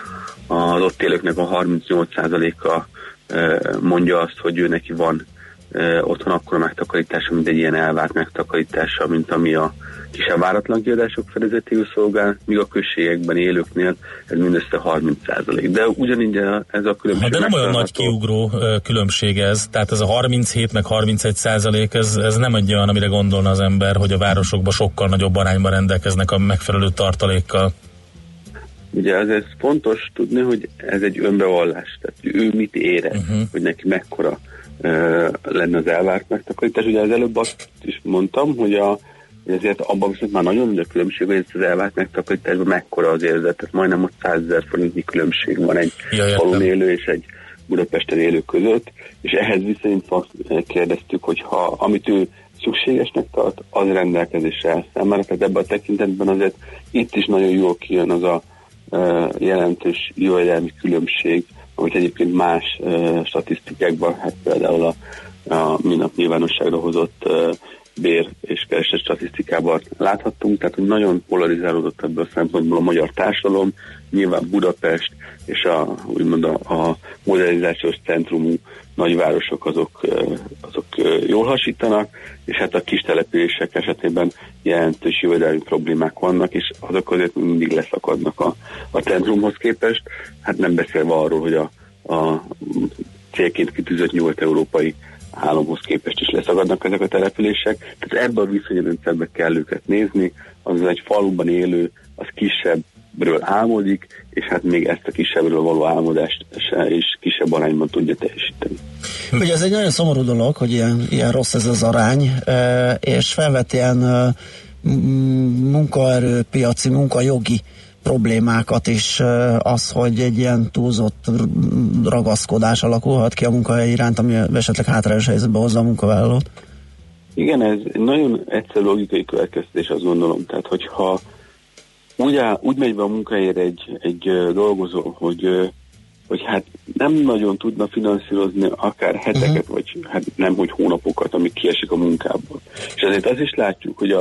az ott élőknek a 38%-a mondja azt, hogy ő neki van otthon akkora megtakarítása, mint egy ilyen elvárt megtakarítása, mint ami a kisebb váratlan kiadások fedezetéül szolgál, míg a községekben élőknél ez mindössze 30%. De ugyanígy ez a különbség... De nem olyan nagy kiugró különbség ez, tehát ez a 37 meg 31%, ez nem egy olyan, amire gondolna az ember, hogy a városokban sokkal nagyobb arányban rendelkeznek a megfelelő tartalékkal. Ugye ez fontos tudni, hogy ez egy önbevallás, tehát ő mit érez, hogy neki mekkora lenne az elvárt megtakarítás. Ugye az előbb azt is mondtam, hogy ezért abban viszont már nagyon nagy a különbség, hogy ez az elvárt megtakarításban mekkora az érzet, tehát majdnem ott 100 000 forintnyi különbség van egy falun élő és egy Budapesten élő között, és ehhez viszonyítva kérdeztük, hogy amit ő szükségesnek tart, az rendelkezésre áll számára, tehát ebben a tekintetben azért itt is nagyon jól kijön az a jelentős jövedelmi különbség, amit egyébként más statisztikákban, hát például a minap nyilvánosságra hozott bér és kereset statisztikában láthattunk, tehát hogy nagyon polarizálódott ebből a szempontból a magyar társadalom, nyilván Budapest és úgymond a modernizációs centrumú nagyvárosok azok jól hasítanak, és hát a kis települések esetében jelentős jövedelmi problémák vannak, és azok azért mindig leszakadnak a centrumhoz képest, hát nem beszélve arról, hogy a célként kitűzött nyugat-európai államhoz képest is leszakadnak ezek a települések, tehát ebben a viszonyrendszerben kell őket nézni, azaz egy faluban élő, az kisebbről álmodik, és hát még ezt a kisebbről való álmodást is kisebb arányban tudja teljesíteni. Ugye ez egy nagyon szomorú dolog, hogy ilyen rossz ez az arány, és felvet ilyen munkaerőpiaci, munkajogi problémákat is, az, hogy egy ilyen túlzott ragaszkodás alakulhat ki a munkahely iránt, ami esetleg hátrányos helyzetbe hozza a munkavállalót. Igen, ez egy nagyon egyszerű logikai következtetés, azt gondolom. Tehát, hogyha úgy megy be a munkahelyére egy dolgozó, hogy hát nem nagyon tudna finanszírozni akár heteket, vagy hát nem, hogy hónapokat, amíg kiesik a munkából. És azért azt is látjuk, hogy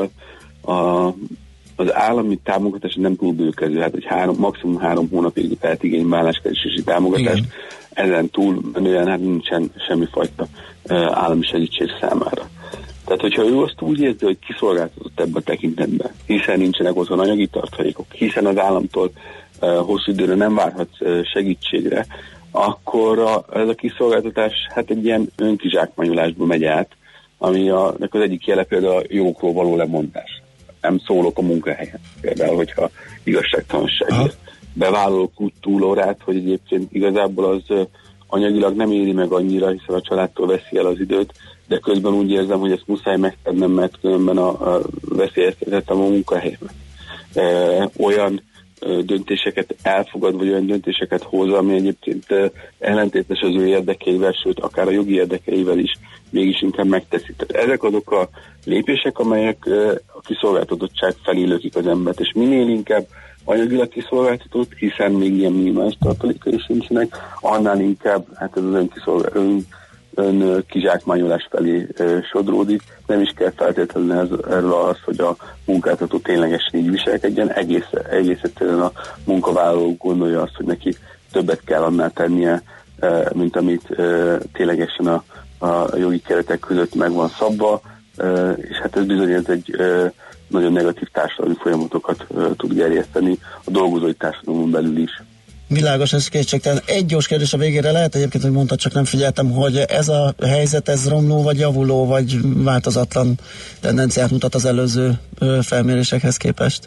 az állami támogatás nem túl bőkező, hát egy maximum 3 hónapig lehet igénybe álláskeresési támogatást, ezen túl menően hát nincsen semmifajta állami segítség számára. Tehát, hogyha ő azt úgy érzi, hogy kiszolgáltatott ebben a tekintetben, hiszen nincsenek otthon anyagi tartalékok, hiszen az államtól hosszú időre nem várhat segítségre, akkor ez a kiszolgáltatás hát egy ilyen önkizsákmányolásba megy át, ami az egyik jele például a jogokról való lemondás. Nem szólok a munkahelyen. Például, hogyha igazságtalanságért bevállalok úgy túlórát, hogy egyébként igazából az anyagilag nem éri meg annyira, hiszen a családtól veszi el az időt, de közben úgy érzem, hogy ezt muszáj megtennem, mert különben veszélyeztetettem a munkahelyemet. Olyan döntéseket elfogad, vagy olyan döntéseket hoz, ami egyébként ellentétes az ő érdekeivel, sőt, akár a jogi érdekeivel is mégis inkább megteszik. Tehát ezek azok a lépések, amelyek a kiszolgáltatottság felé lökik az embert, és minél inkább anyagilag kiszolgáltatott, hiszen még ilyen minimális tartalékai sincsenek, annál inkább hát ez az kizsákmányolás felé sodródik. Nem is kell feltétlenül erről az, hogy a munkáltató ténylegesen így viselkedjen, egész egyszerűen a munkavállaló gondolja azt, hogy neki többet kell annál tennie, mint amit ténylegesen a jogi keretek között meg van szabva, és hát ez bizony ez egy nagyon negatív társadalmi folyamatokat tud gerjeszteni a dolgozói társadalmon belül is. Világos, ez kétségtelen. Egy gyors kérdés a végére lehet egyébként, hogy mondtad, csak nem figyeltem, hogy ez a helyzet, ez romló, vagy javuló, vagy változatlan tendenciát mutat az előző felmérésekhez képest?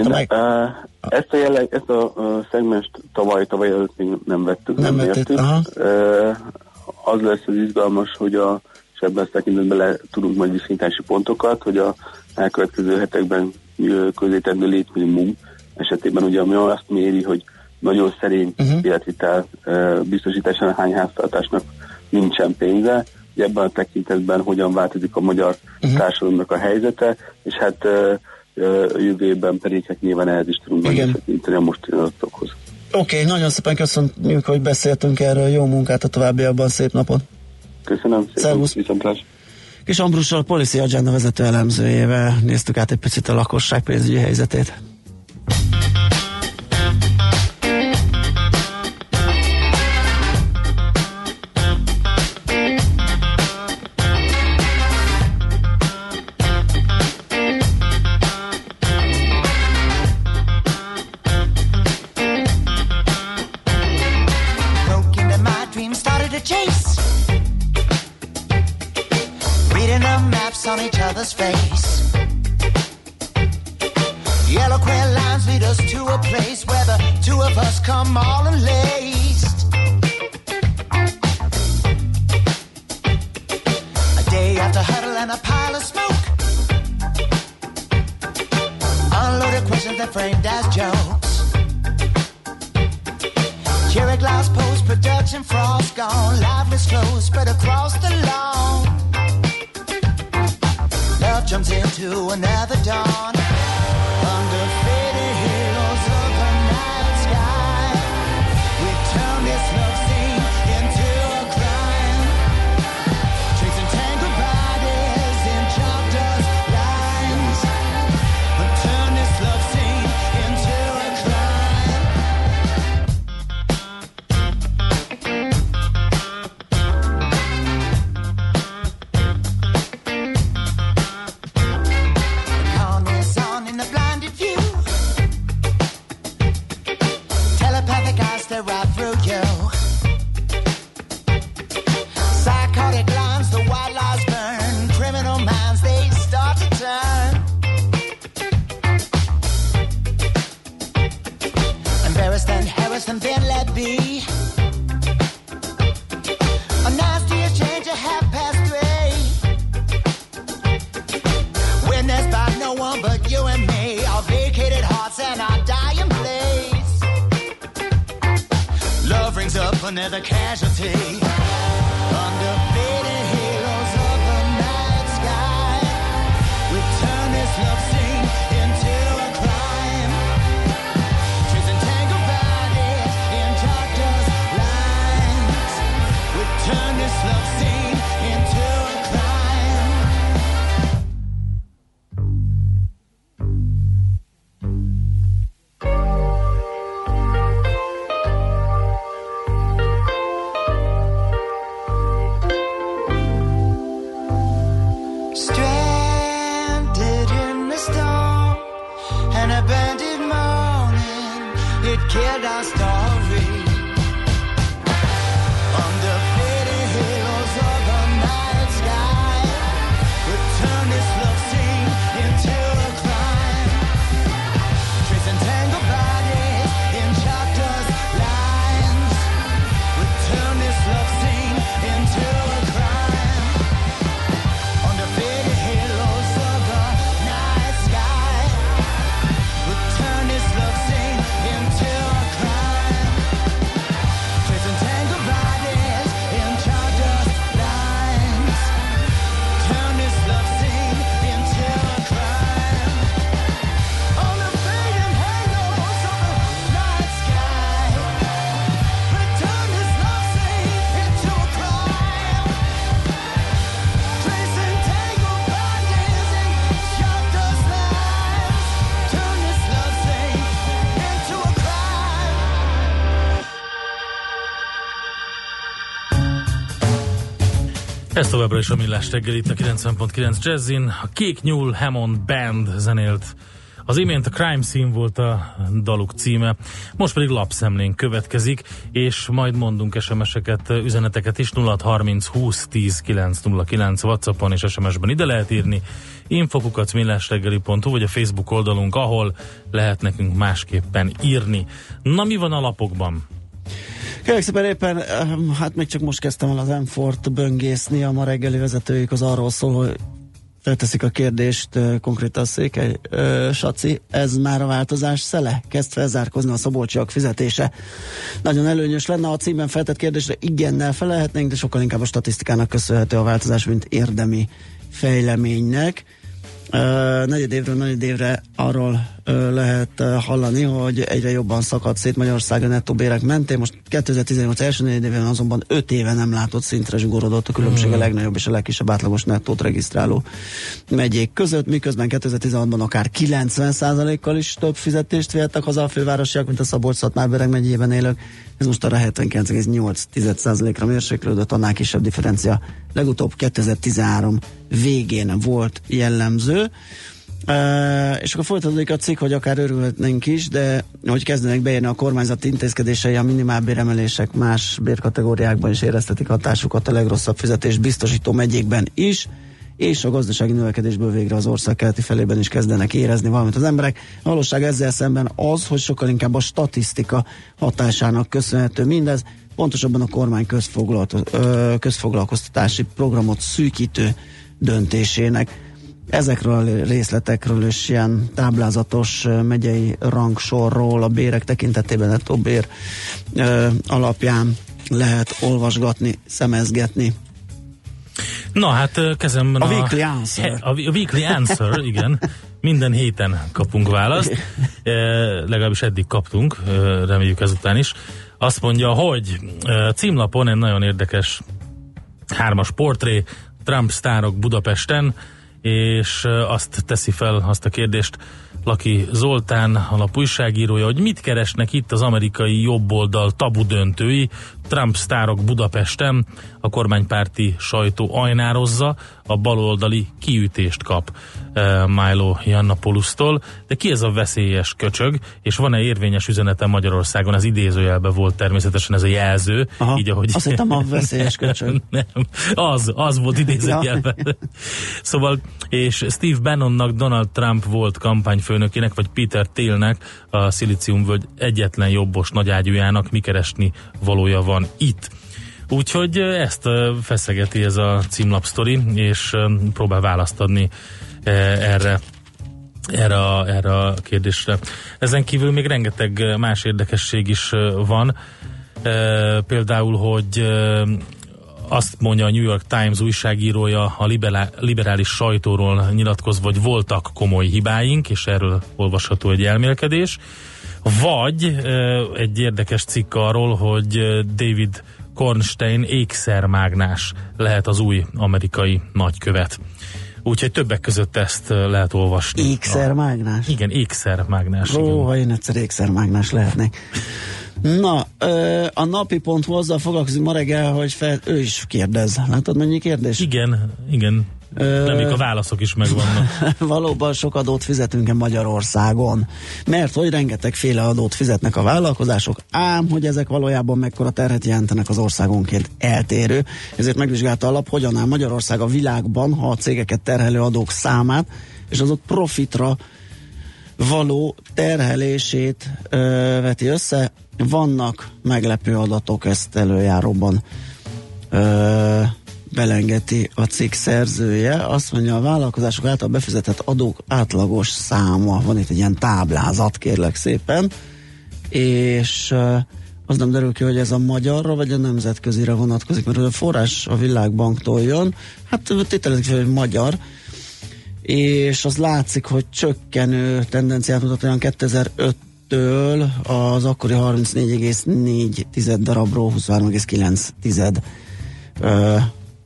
Ezt a szegmest tavaly előtt még nem vettük. Nem vettük. Az lesz az izgalmas, hogy és ebben a tekintetben le tudunk majd viszonyítási pontokat, hogy a elkövetkező hetekben közétendő létminimum esetében ugye ami azt méri, hogy nagyon szerény életvitel biztosítására hány háztartásnak nincsen pénze, hogy ebben a tekintetben hogyan változik a magyar társadalomnak a helyzete, és hát jövő évben pedig hát nyilván ehhez is tudunk megviszonyítani a mostani adatokhoz. Oké, nagyon szépen köszönjük, hogy beszéltünk erről, jó munkát a továbbiakban, szép napot! Köszönöm szépen, viszontlátásra! Kis Ambrussal, a Policy Agenda vezető elemzőjével néztük át egy picit a lakosság pénzügyi helyzetét. On each other's face. Yellow queer lines lead us to a place where the two of us come all unlaced. A day after huddle and a pile of smoke. Unloaded questions that framed as jokes. Cherry glass post-production frost gone. Lifeless flows spread across the lawn. Love jumps into another dawn under faded halos of the night sky. We turn this love scene into a crime, chasing tangled bodies in chalk dust lines. We turn this love scene into a crime. another casualty. Under faded halos of the night sky, we turn this love scene into a crime. Tracing tangled bodies in cactus lines, we turn this love scene into a crime. Stranded in the storm, an abandoned morning, it killed our story. Under faded halos of the night sky, we turn this love scene into a crime. Tracing tangled bodies in cactus lines, we turn this love scene into a crime. Under faded halos of the night sky, we turn this love scene into a crime. Tracing tangled bodies in cactus lines, turn this love scene into a crime. Under faded halos of the night sky, we turn this love scene into a crime. Tracing tangled bodies in cactus lines, turn this love scene into a crime. Ez továbbra is a Millás reggel itt a 90.9 Jazzin. A Kék Nyúl Hammond Band zenélt. Az imént a Crime Scene volt a daluk címe, most pedig lapszemlén következik, és majd mondunk SMS-eket, üzeneteket is. 0630 20 10 909 WhatsAppon és SMS-ben ide lehet írni. info@millásreggeli.hu vagy a Facebook oldalunk, ahol lehet nekünk másképpen írni. Na, mi van a lapokban? Kérlek szépen, éppen, hát még csak most kezdtem el az M4-t böngészni, a ma reggeli vezetőjük az arról szól, hogy felteszik a kérdést, konkrétan a Székely Saci, ez már a változás szele? Kezd felzárkozni a szabolcsiak fizetése. Nagyon előnyös lenne, a címben feltett kérdésre igennel felelhetnénk, de sokkal inkább a statisztikának köszönhető a változás, mint érdemi fejleménynek. Negyedévre arról lehet hallani, hogy egyre jobban szakad szét Magyarország a nettó bérek mentén. Most 2018 első negyedévben azonban 5 éve nem látott szintre zsugorodott a különbség a legnagyobb és a legkisebb átlagos nettót regisztráló megyék között, miközben 2016-ban akár 90%-kal is több fizetést vihettek haza a fővárosiak, mint a Szabolcs-Szatmár-Bereg megyében élők. Ez most arra 79,8%-ra mérséklődött, annál kisebb differencia legutóbb 2013 végén volt jellemző. És akkor folytatódik a cikk, hogy akár örülhetnénk is, de hogy kezdenek beérni a kormányzati intézkedései, a minimálbéremelések más bérkategóriákban is éreztetik hatásukat a legrosszabb fizetés biztosító megyékben is, és a gazdasági növekedésből végre az ország keleti felében is kezdenek érezni valamit az emberek. A valóság ezzel szemben az, hogy sokkal inkább a statisztika hatásának köszönhető mindez, pontosabban a kormány közfoglalkoztatási programot szűkítő döntésének. Ezekről a részletekről és ilyen táblázatos megyei rangsorról a bérek tekintetében nettó bér alapján lehet olvasgatni, szemezgetni. Na hát kezemben a Weekly Answer. A Weekly Answer, igen. Minden héten kapunk választ. Legalábbis eddig kaptunk, reméljük ezután is. Azt mondja, hogy címlapon egy nagyon érdekes 3-as portré, Trump sztárok Budapesten, és azt teszi fel azt a kérdést Laki Zoltán, a lap újságírója, hogy mit keresnek itt az amerikai jobboldal tabu döntői, Trump sztárok Budapesten, a kormánypárti sajtó ajnározza, a baloldali kiütést kap Milo Yiannopoulos-tól, de ki ez a veszélyes köcsög, és van-e érvényes üzenete Magyarországon? Az idézőjelben volt természetesen ez a jelző. Aha, így, ahogy... azt hittem a veszélyes köcsög. Nem, az volt idézőjelben. Szóval, és Steve Bannonnak, Donald Trump volt kampányfőnökének, vagy Peter Thielnek, a Szilíciumvölgy egyetlen jobbos nagyágyújának mi keresni valója van itt. Úgyhogy ezt feszegeti ez a címlap sztori, és próbál választ adni erre a kérdésre. Ezen kívül még rengeteg más érdekesség is van. Például, hogy azt mondja a New York Times újságírója a liberális sajtóról nyilatkozva, hogy voltak komoly hibáink, és erről olvasható egy elmélkedés. Vagy egy érdekes cikk arról, hogy David Kornstein ékszermágnás lehet az új amerikai nagykövet. Úgyhogy többek között ezt lehet olvasni. Ékszermágnás? Igen, ékszermágnás. Ha én egyszer ékszermágnás lehetnék. Na, a napi.hu azzal foglalkozik ma reggel, hogy ő is kérdez. Látod, mennyi kérdés? Igen. Még a válaszok is megvannak. Valóban sok adót fizetünk-e Magyarországon? Mert hogy rengetegféle adót fizetnek a vállalkozások, ám hogy ezek valójában mekkora terhet jelentenek az országonként eltérő. Ezért megvizsgálta a lap, hogyan áll Magyarország a világban, ha a cégeket terhelő adók számát, és azok profitra való terhelését veti össze. Vannak meglepő adatok, ezt előjáróban belengeti a cikk szerzője. Azt mondja, a vállalkozások által befizetett adók átlagos száma. Van itt egy ilyen táblázat, kérlek szépen, és az nem derül ki, hogy ez a magyarra vagy a nemzetközire vonatkozik, mert a forrás a Világbanktól jön, hát tételezik fel, hogy magyar, és az látszik, hogy csökkenő tendenciát mutat, olyan 2005-től az akkori 34,4 darabról 23,9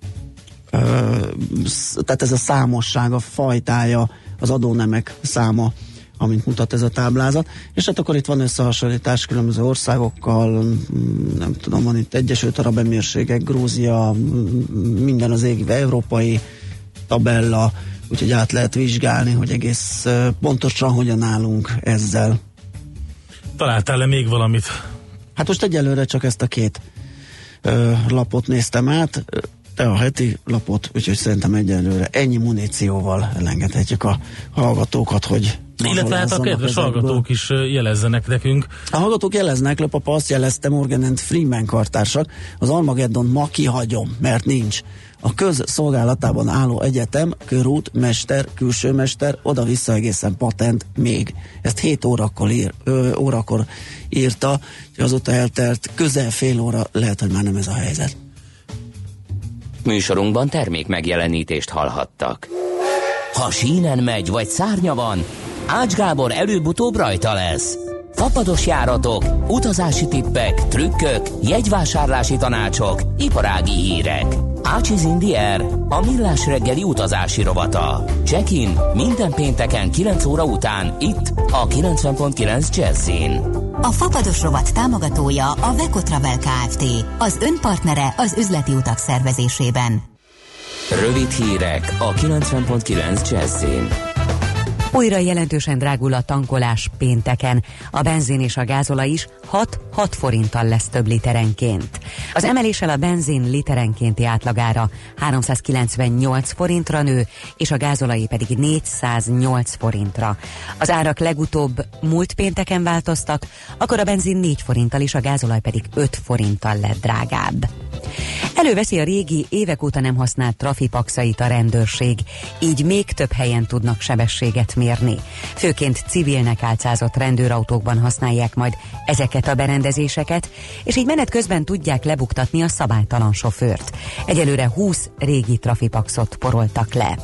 tehát ez a számosság, a fajtája, az adónemek száma, amint mutat ez a táblázat, és hát akkor itt van összehasonlítás különböző országokkal, nem tudom, van itt Egyesült Arab Emírségek, Grúzia, minden az égve európai tabella, úgyhogy át lehet vizsgálni, hogy egész pontosan hogyan állunk ezzel. Találtál-e még valamit? Hát most egyelőre csak ezt a két lapot néztem át, te a heti lapot, úgyhogy szerintem egyelőre ennyi munícióval elengedhetjük a hallgatókat, hogy illetve hát a kedves hallgatók is jelezzenek nekünk. A hallgatók jeleznek, Löpapa azt jelezte, Morgan & Freeman kartársak, az Armageddon ma kihagyom, mert nincs. A közszolgálatában álló egyetem, körút, mester, külsőmester, oda-vissza egészen patent még. Ezt 7 órakor írta, hogy azóta eltelt közel fél óra, lehet, hogy már nem ez a helyzet. Műsorunkban termék megjelenítést hallhattak. Ha sínen megy, vagy szárnya van, Ács Gábor előbb-utóbb rajta lesz. Fapados járatok, utazási tippek, trükkök, jegyvásárlási tanácsok, iparági hírek. Ácsiz in the Air, a millás reggeli utazási rovata. Check-in minden pénteken 9 óra után itt a 90.9 Jazzin. A Fapados rovat támogatója a Veco Travel Kft. Az önpartnere az üzleti utak szervezésében. Rövid hírek a 90.9 Jazzin. Újra jelentősen drágul a tankolás pénteken. A benzin és a gázolaj is 6 forinttal lesz több literenként. Az emeléssel a benzin literenkénti átlagára 398 forintra nő, és a gázolaj pedig 408 forintra. Az árak legutóbb múlt pénteken változtak, akkor a benzin 4 forinttal és a gázolaj pedig 5 forinttal lett drágább. Előveszi a régi, évek óta nem használt trafipaxait a rendőrség, így még több helyen tudnak sebességet mérni. Főként civilnek álcázott rendőrautókban használják majd ezeket a berendezéseket, és így menet közben tudják lebuktatni a szabálytalan sofőrt. Egyelőre 20 régi trafipaxot poroltak le.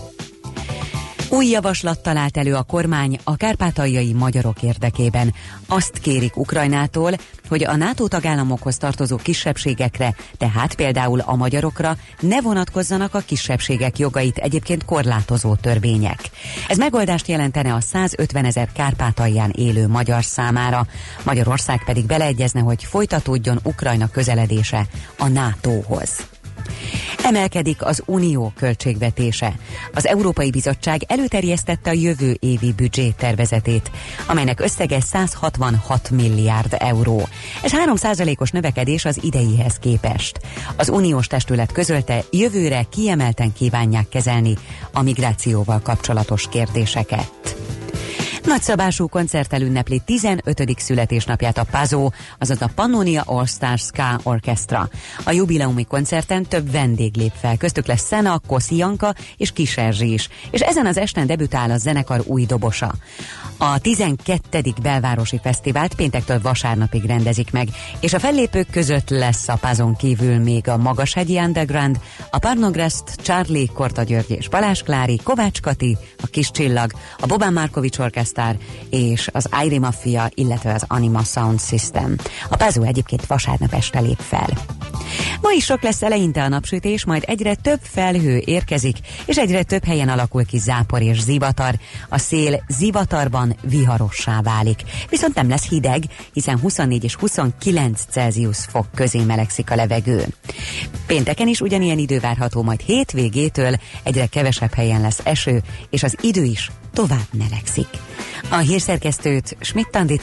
Új javaslat talált elő a kormány a kárpátaljai magyarok érdekében. Azt kérik Ukrajnától, hogy a NATO tagállamokhoz tartozó kisebbségekre, tehát például a magyarokra ne vonatkozzanak a kisebbségek jogait egyébként korlátozó törvények. Ez megoldást jelentene a 150 000 Kárpátalján élő magyar számára. Magyarország pedig beleegyezne, hogy folytatódjon Ukrajna közeledése a NATO-hoz. Emelkedik az unió költségvetése. Az Európai Bizottság előterjesztette a jövő évi büdzséttervezetét, amelynek összege 166 milliárd euró. Ez 3%-os növekedés az ideihez képest. Az uniós testület közölte, jövőre kiemelten kívánják kezelni a migrációval kapcsolatos kérdéseket. Nagyszabású koncerttel ünnepli 15. születésnapját a PAZO, azaz a Pannonia All Stars Ska Orchestra. A jubileumi koncerten több vendég lép fel, köztük lesz Szena, Koszi Janka és Kis Erzsi is, és ezen az esten debütál a zenekar új dobosa. A 12. belvárosi fesztivált péntektől vasárnapig rendezik meg, és a fellépők között lesz a PAZon kívül még a Magashegyi Underground, a Parnograszt, Charlie, Korta György és Balázs Klári, Kovács Kati, a Kis Csillag, a Bobán Markovics Orkesztár és az Airi Mafia, illetve az Anima Sound System. A PAZO egyébként vasárnap este lép fel. Ma is sok lesz eleinte a napsütés, majd egyre több felhő érkezik, és egyre több helyen alakul ki zápor és zivatar. A szél zivatarban viharossá válik. Viszont nem lesz hideg, hiszen 24 és 29 Celsius fok közé melegszik a levegő. Pénteken is ugyanilyen idő várható, majd hétvégétől egyre kevesebb helyen lesz eső, és az idő is tovább melegszik. A hírszerkesztőt Schmidt-Tandit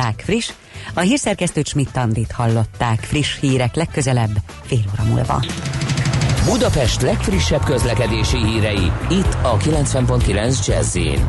hallották, friss hírek legközelebb fél óra múlva. Budapest legfrissebb közlekedési hírei, itt a 90.9 Jazz-in.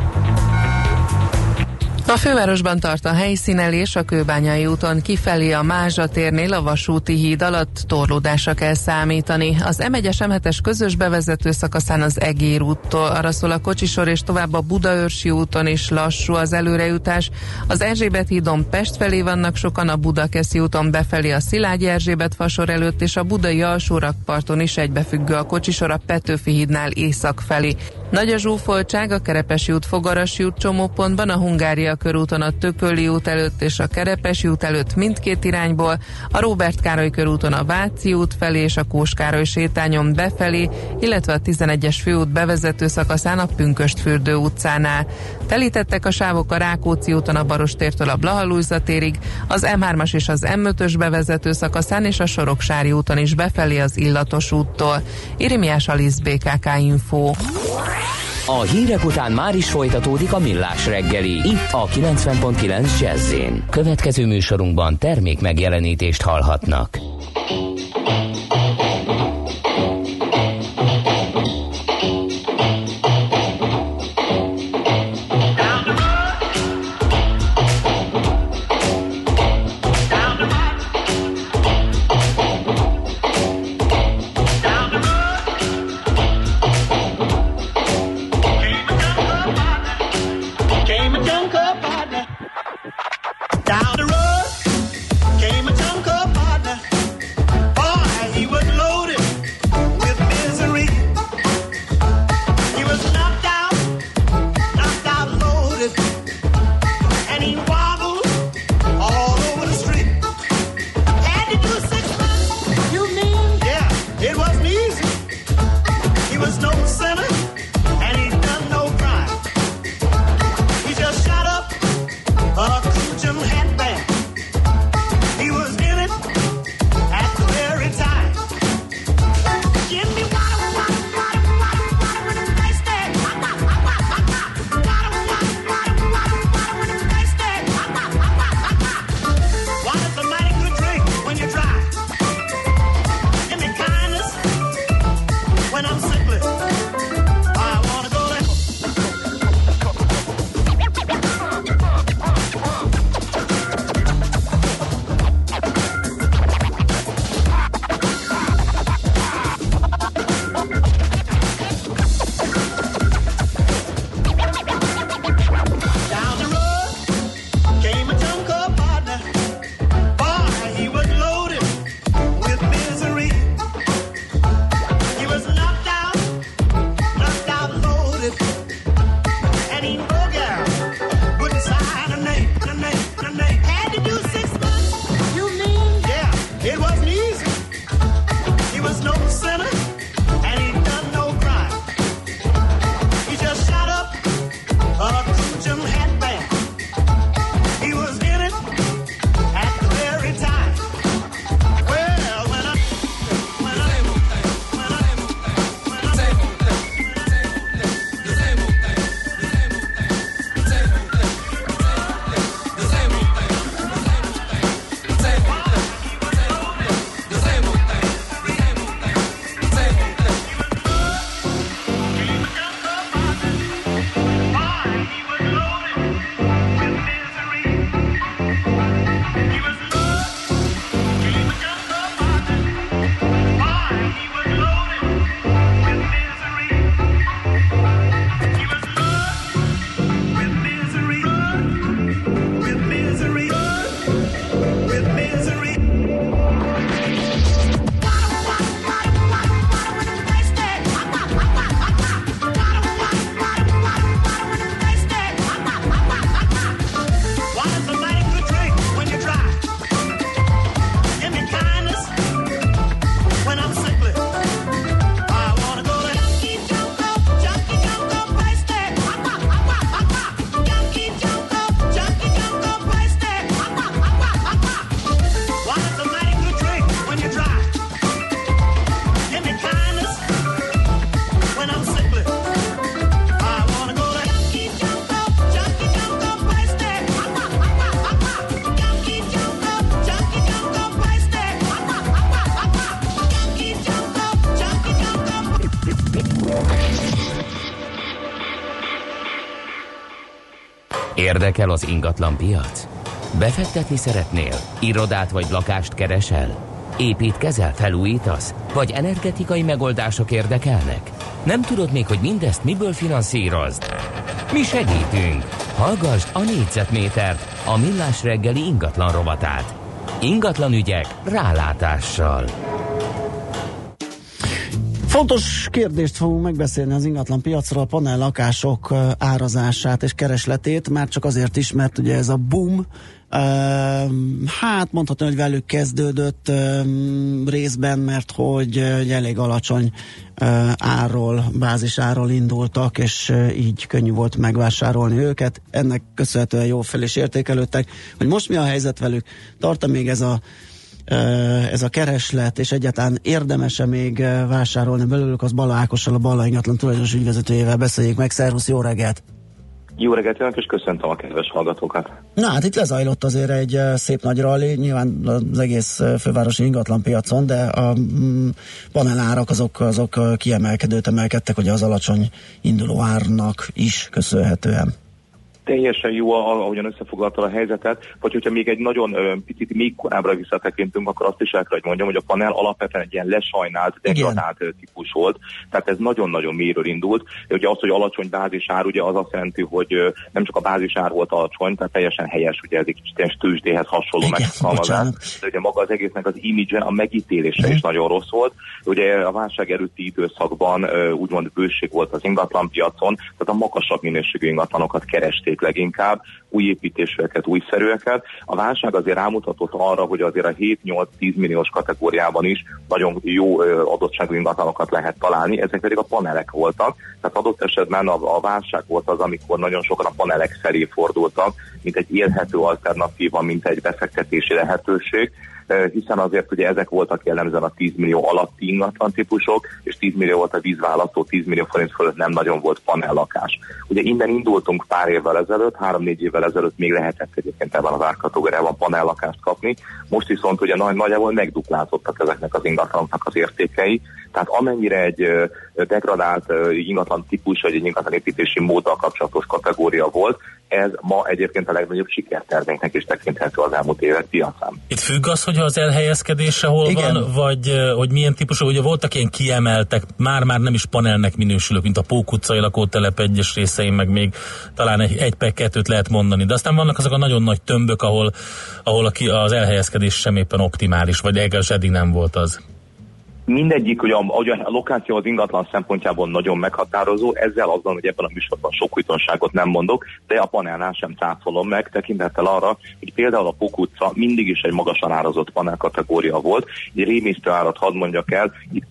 A fővárosban tart a helyszínelés, a Kőbányai úton kifelé a Mázsa térnél a vasúti híd alatt torlódásra kell számítani. Az M1-es M7-es közös bevezető szakaszán az Egér úttól arra szól a kocsisor, és tovább a Budaörsi úton is lassú az előrejutás. Az Erzsébet hídon Pest felé vannak sokan, a Budakeszi úton befelé a Szilágyi Erzsébet fasor előtt, és a budai alsórakparton is egybefüggő a kocsisor a Petőfi hídnál észak felé. Nagy a zsúfoltság a Kerepesi út Fogarasi út csomópontban, a Hungária körúton a Tököli út előtt és a Kerepesi út előtt mindkét irányból, a Róbert Károly körúton a Váci út felé és a Kós Károly sétányon befelé, illetve a 11-es főút bevezető szakaszán a Pünkösdfürdő utcánál. Telítettek a sávok a Rákóczi úton a Barostértől a Blaha Lujza térig, az M3-as és az M5-ös bevezető szakaszán és a Soroksári úton is befelé az Illatos úttól. Irimiás Alisz, BKK Info. A hírek után már is folytatódik a Millás reggeli, itt a 90.9 Jazz-in. Következő műsorunkban termék megjelenítést hallhatnak. When I'm sickly Érdekel az ingatlan piac? Befektetni szeretnél? Irodát vagy lakást keresel? Építkezel, felújítasz? Vagy energetikai megoldások érdekelnek? Nem tudod még, hogy mindezt miből finanszírozd? Mi segítünk! Hallgasd a Négyzetmétert, a Millás reggeli ingatlan rovatát. Ingatlan ügyek rálátással. Fontos kérdést fogunk megbeszélni az ingatlan piacról, a panellakások árazását és keresletét, már csak azért is, mert ugye ez a boom, hát mondhatom, hogy velük kezdődött részben, mert hogy elég alacsony árról, bázisáról indultak, és így könnyű volt megvásárolni őket. Ennek köszönhetően jó fel is értékelődtek. Hogy most mi a helyzet velük? Tart még ez a kereslet, és egyáltalán érdemes-e még vásárolni belőlük, az Balla Ákossal, a Balla ingatlan tulajdonos ügyvezetőjével beszéljék meg. Szervusz, jó reggelt! Jó reggelt kívánok, és köszöntöm a kedves hallgatókat! Na hát itt lezajlott azért egy szép nagy rally, nyilván az egész fővárosi ingatlanpiacon, de a panelárak azok kiemelkedőt emelkedtek, hogy az alacsony induló árnak is köszönhetően. Teljesen jó, ahogyan összefoglaltad a helyzetet, vagy hogyha még egy nagyon picit még korábbra visszatekintünk, akkor azt is el kell, hogy mondjam, hogy a panel alapvetően egy ilyen lesajnált, degradált típus volt, tehát ez nagyon-nagyon mélyről indult. Ugye az, hogy alacsony bázisár, ugye az azt jelenti, hogy nem csak a bázisár volt alacsony, tehát teljesen helyes, ugye ez egy kicsit tőzsdéhez hasonló megfogalmazás, de ugye maga az egésznek az image, a megítélése is nagyon rossz volt. Ugye a válság előtti időszakban úgymond bőség volt az ingatlanpiacon, tehát a magasabb minőségű ingatlanokat keresték leginkább, új építésűeket, újszerűeket. A válság azért rámutatott arra, hogy azért a 7-8-10 milliós kategóriában is nagyon jó adottságú ingatlanokat lehet találni, ezek pedig a panelek voltak. Tehát adott esetben a válság volt az, amikor nagyon sokan a panelek felé fordultak, mint egy élhető alternatíva, mint egy befektetési lehetőség, hiszen azért ugye ezek voltak jellemzően a 10 millió alatti ingatlan típusok, és 10 millió volt a vízválasztó, 10 millió forint fölött nem nagyon volt panellakás. Ugye innen indultunk pár évvel ezelőtt, 3-4 évvel ezelőtt még lehetett egyébként ebben az árkategóriában panellakást kapni, most viszont ugye nagyjából megduplázottak ezeknek az ingatlanoknak az értékei, tehát amennyire egy degradált ingatlan típus, vagy egy ingatlan építési móddal kapcsolatos kategória volt, ez ma egyébként a legnagyobb sikerterméknek is tekinthető az elmúlt évek piacán. Itt függ az, hogy az elhelyezkedése hol Igen. van, vagy hogy milyen típusú, ugye voltak ilyen kiemeltek, már nem is panelnek minősülők, mint a Pók utcai lakótelep egyes részein, meg még talán egy per kettőt lehet mondani, de aztán vannak azok a nagyon nagy tömbök, ahol az elhelyezkedés sem éppen optimális, vagy eddig nem volt az. Mindegyik, ugye a lokáció az ingatlan szempontjából nagyon meghatározó, ezzel azon, hogy ebben a műsorban sok újdonságot nem mondok, de a panelnál sem cáfolom meg, tekintettel arra, hogy például a Pók utca mindig is egy magasan árazott panel kategória volt, egy rémisztő árat hadd mondjak el, itt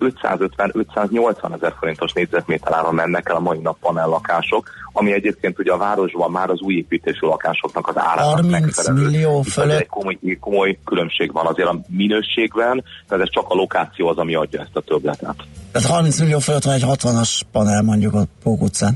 550-580 ezer forintos négyzetméter áron mennek el a mai nap panellakások, ami egyébként ugye a városban már az új építésű lakásoknak az árának megfelelő. 30 millió fölött. Egy komoly különbség van azért a minőségben, tehát ez csak a lokáció az, ami adja ezt a többletet. Tehát 30 millió fölött van egy 60-as panel mondjuk a Pók utcán.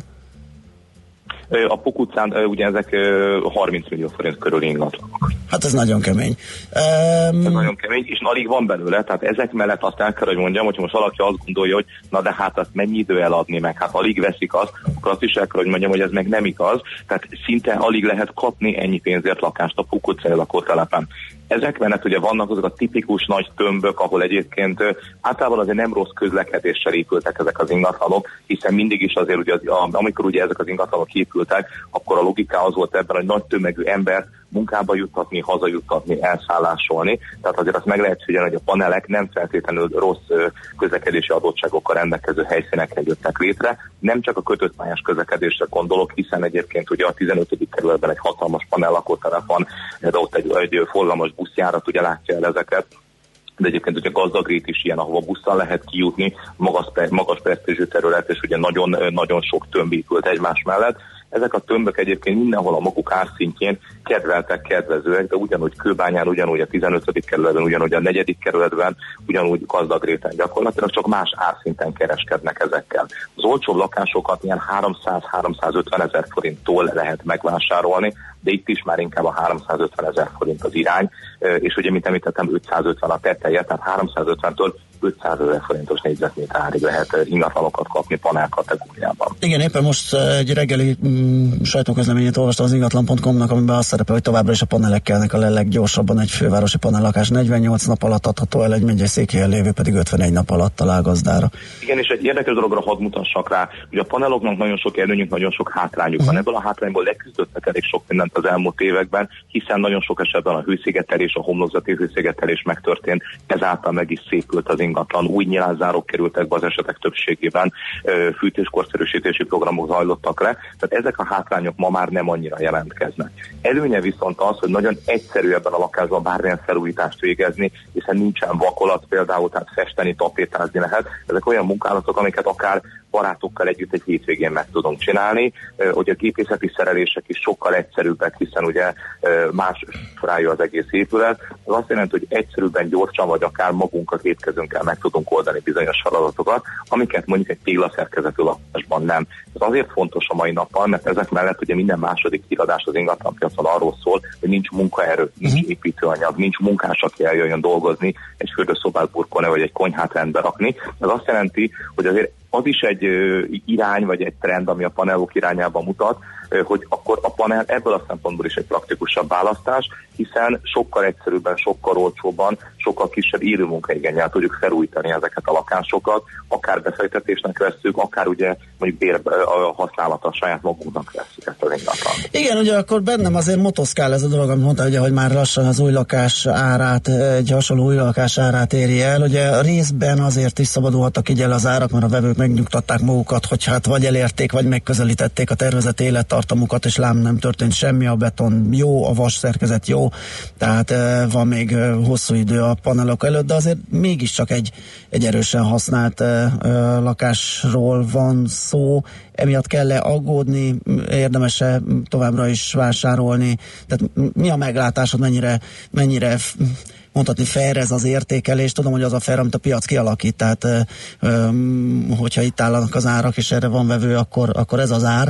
A Pók utcán ugye ezek 30 millió forint körül ingatlanok. Hát ez nagyon kemény. Ez nagyon kemény, és alig van belőle, tehát ezek mellett azt el kell, hogy mondjam, hogy most valaki azt gondolja, hogy na de hát azt mennyi idő eladni meg, hát alig veszik azt, akkor azt is el kell, hogy mondjam, hogy ez meg nem igaz, tehát szinte alig lehet kapni ennyi pénzért lakást a Pók utcai lakótelepen. Ezek mellett ugye vannak azok a tipikus nagy tömbök, ahol egyébként általában azért nem rossz közlekedéssel épültek ezek az ingatlanok, hiszen mindig is azért ugye amikor ugye ezek az ingatlanok épültek, akkor a logika az volt ebben, hogy nagy tömegű embert munkába juttatni, hazajuttatni, elszállásolni. Tehát azért azt meg lehet figyelni, hogy a panelek nem feltétlenül rossz közlekedési adottságokkal rendelkező helyszínekkel jöttek létre. Nem csak a kötött pályás közlekedésre gondolok, hiszen egyébként ugye a 15. kerületben egy hatalmas panellakótelep van, de ott egy forgalmas buszjárat ugye látja el ezeket. De egyébként ugye Gazdagrét is ilyen, ahova busszal lehet kijutni, magas presztízsű terület, és ugye nagyon sok tömb épült egymás mellett. Ezek a tömbök egyébként mindenhol a maguk árszintjén kedveltek, kedvezőek, de ugyanúgy Kőbányán, ugyanúgy a 15. kerületben, ugyanúgy a 4. kerületben, ugyanúgy Gazdagréten gyakorlatilag csak más árszinten kereskednek ezekkel. Az olcsóbb lakásokat ilyen 300-350 ezer forinttól lehet megvásárolni, de itt is már inkább a 350 ezer forint az irány, és ugye, mint említettem, 550 a teteje, tehát 350-től 500 000 forintos négyzetméter árig lehet ingatlanokat kapni panel kategóriában. Igen, éppen most egy reggeli sajtóközleményét olvastam az ingatlan.com-nak, amiben azt szerepel, hogy továbbra is a panelek kelnek a leggyorsabban. Egy fővárosi panellakás 48 nap alatt adható el, egy megyei székhelyen lévő pedig 51 nap alatt talál gazdára. Igen, és egy érdekes dologra hadd mutassak rá, hogy a paneloknak nagyon sok előnyük, nagyon sok hátrányuk van. Ebből a hátrányból leküzdöttek elég sok mindent az elmúlt években, hiszen nagyon sok esetben a hőszigetelés, a homlokzati hőszigetelés megtörtént, ezáltal meg is szépült az ingatlan, új nyilázárók kerültek be az esetek többségében, fűtéskorszerűsítési programok zajlottak le, tehát ezek a hátrányok ma már nem annyira jelentkeznek. Előnye viszont az, hogy nagyon egyszerű ebben a lakásban bármilyen felújítást végezni, hiszen nincsen vakolat például, tehát festeni, tapétázni lehet. Ezek olyan munkálatok, amiket akár barátokkal együtt egy hétvégén meg tudunk csinálni, hogy a gépészeti szerelések is sokkal egyszerűbbek, hiszen ugye más rájön az egész épület. Az azt jelenti, hogy egyszerűbben, gyorsan, vagy akár magunk a kétkezünkkel meg tudunk oldani bizonyos feladatokat, amiket mondjuk egy téglaszerkezetű lakásban nem. Ez azért fontos a mai nappal, mert ezek mellett ugye minden második kiadás az ingatlanpiacon arról szól, hogy nincs munkaerő, nincs építőanyag, nincs munkás, aki eljöjjön dolgozni, egy fürdőszobát burkolni, vagy egy konyhát rendbe rakni. Ez azt jelenti, hogy azért az is egy irány, vagy egy trend, ami a panelok irányába mutat, hogy akkor a panel ebből a szempontból is egy praktikusabb választás, hiszen sokkal egyszerűbben, sokkal olcsóbban, sokkal kisebb élőmunkaigénnyel tudjuk felújítani ezeket a lakásokat, akár befektetésnek vesszük, akár ugye mondjuk bérhasználata saját magunknak vesszük ezt az ingatlan. Igen, ugye akkor bennem azért motoszkál ez a dolog, amit mondta, ugye, hogy már lassan az új lakás árát, egy hasonló új lakás árát éri el. Ugye részben azért is szabadulhattak így el az árak, mert a vevők megnyugtatták magukat, hogy hát vagy elérték, vagy megközelítették a tervezett élettartamukat, és lám nem történt semmi, a beton jó, a vas szerkezet jó, tehát van még hosszú idő a panelok előtt, de azért mégiscsak egy erősen használt lakásról van szó, emiatt kell-e aggódni, érdemes-e továbbra is vásárolni, tehát mi a meglátásod, mennyire mondhatni fair ez az értékelés? Tudom, hogy az a fair, amit a piac kialakít, tehát hogyha itt állnak az árak, és erre van vevő, akkor ez az ár,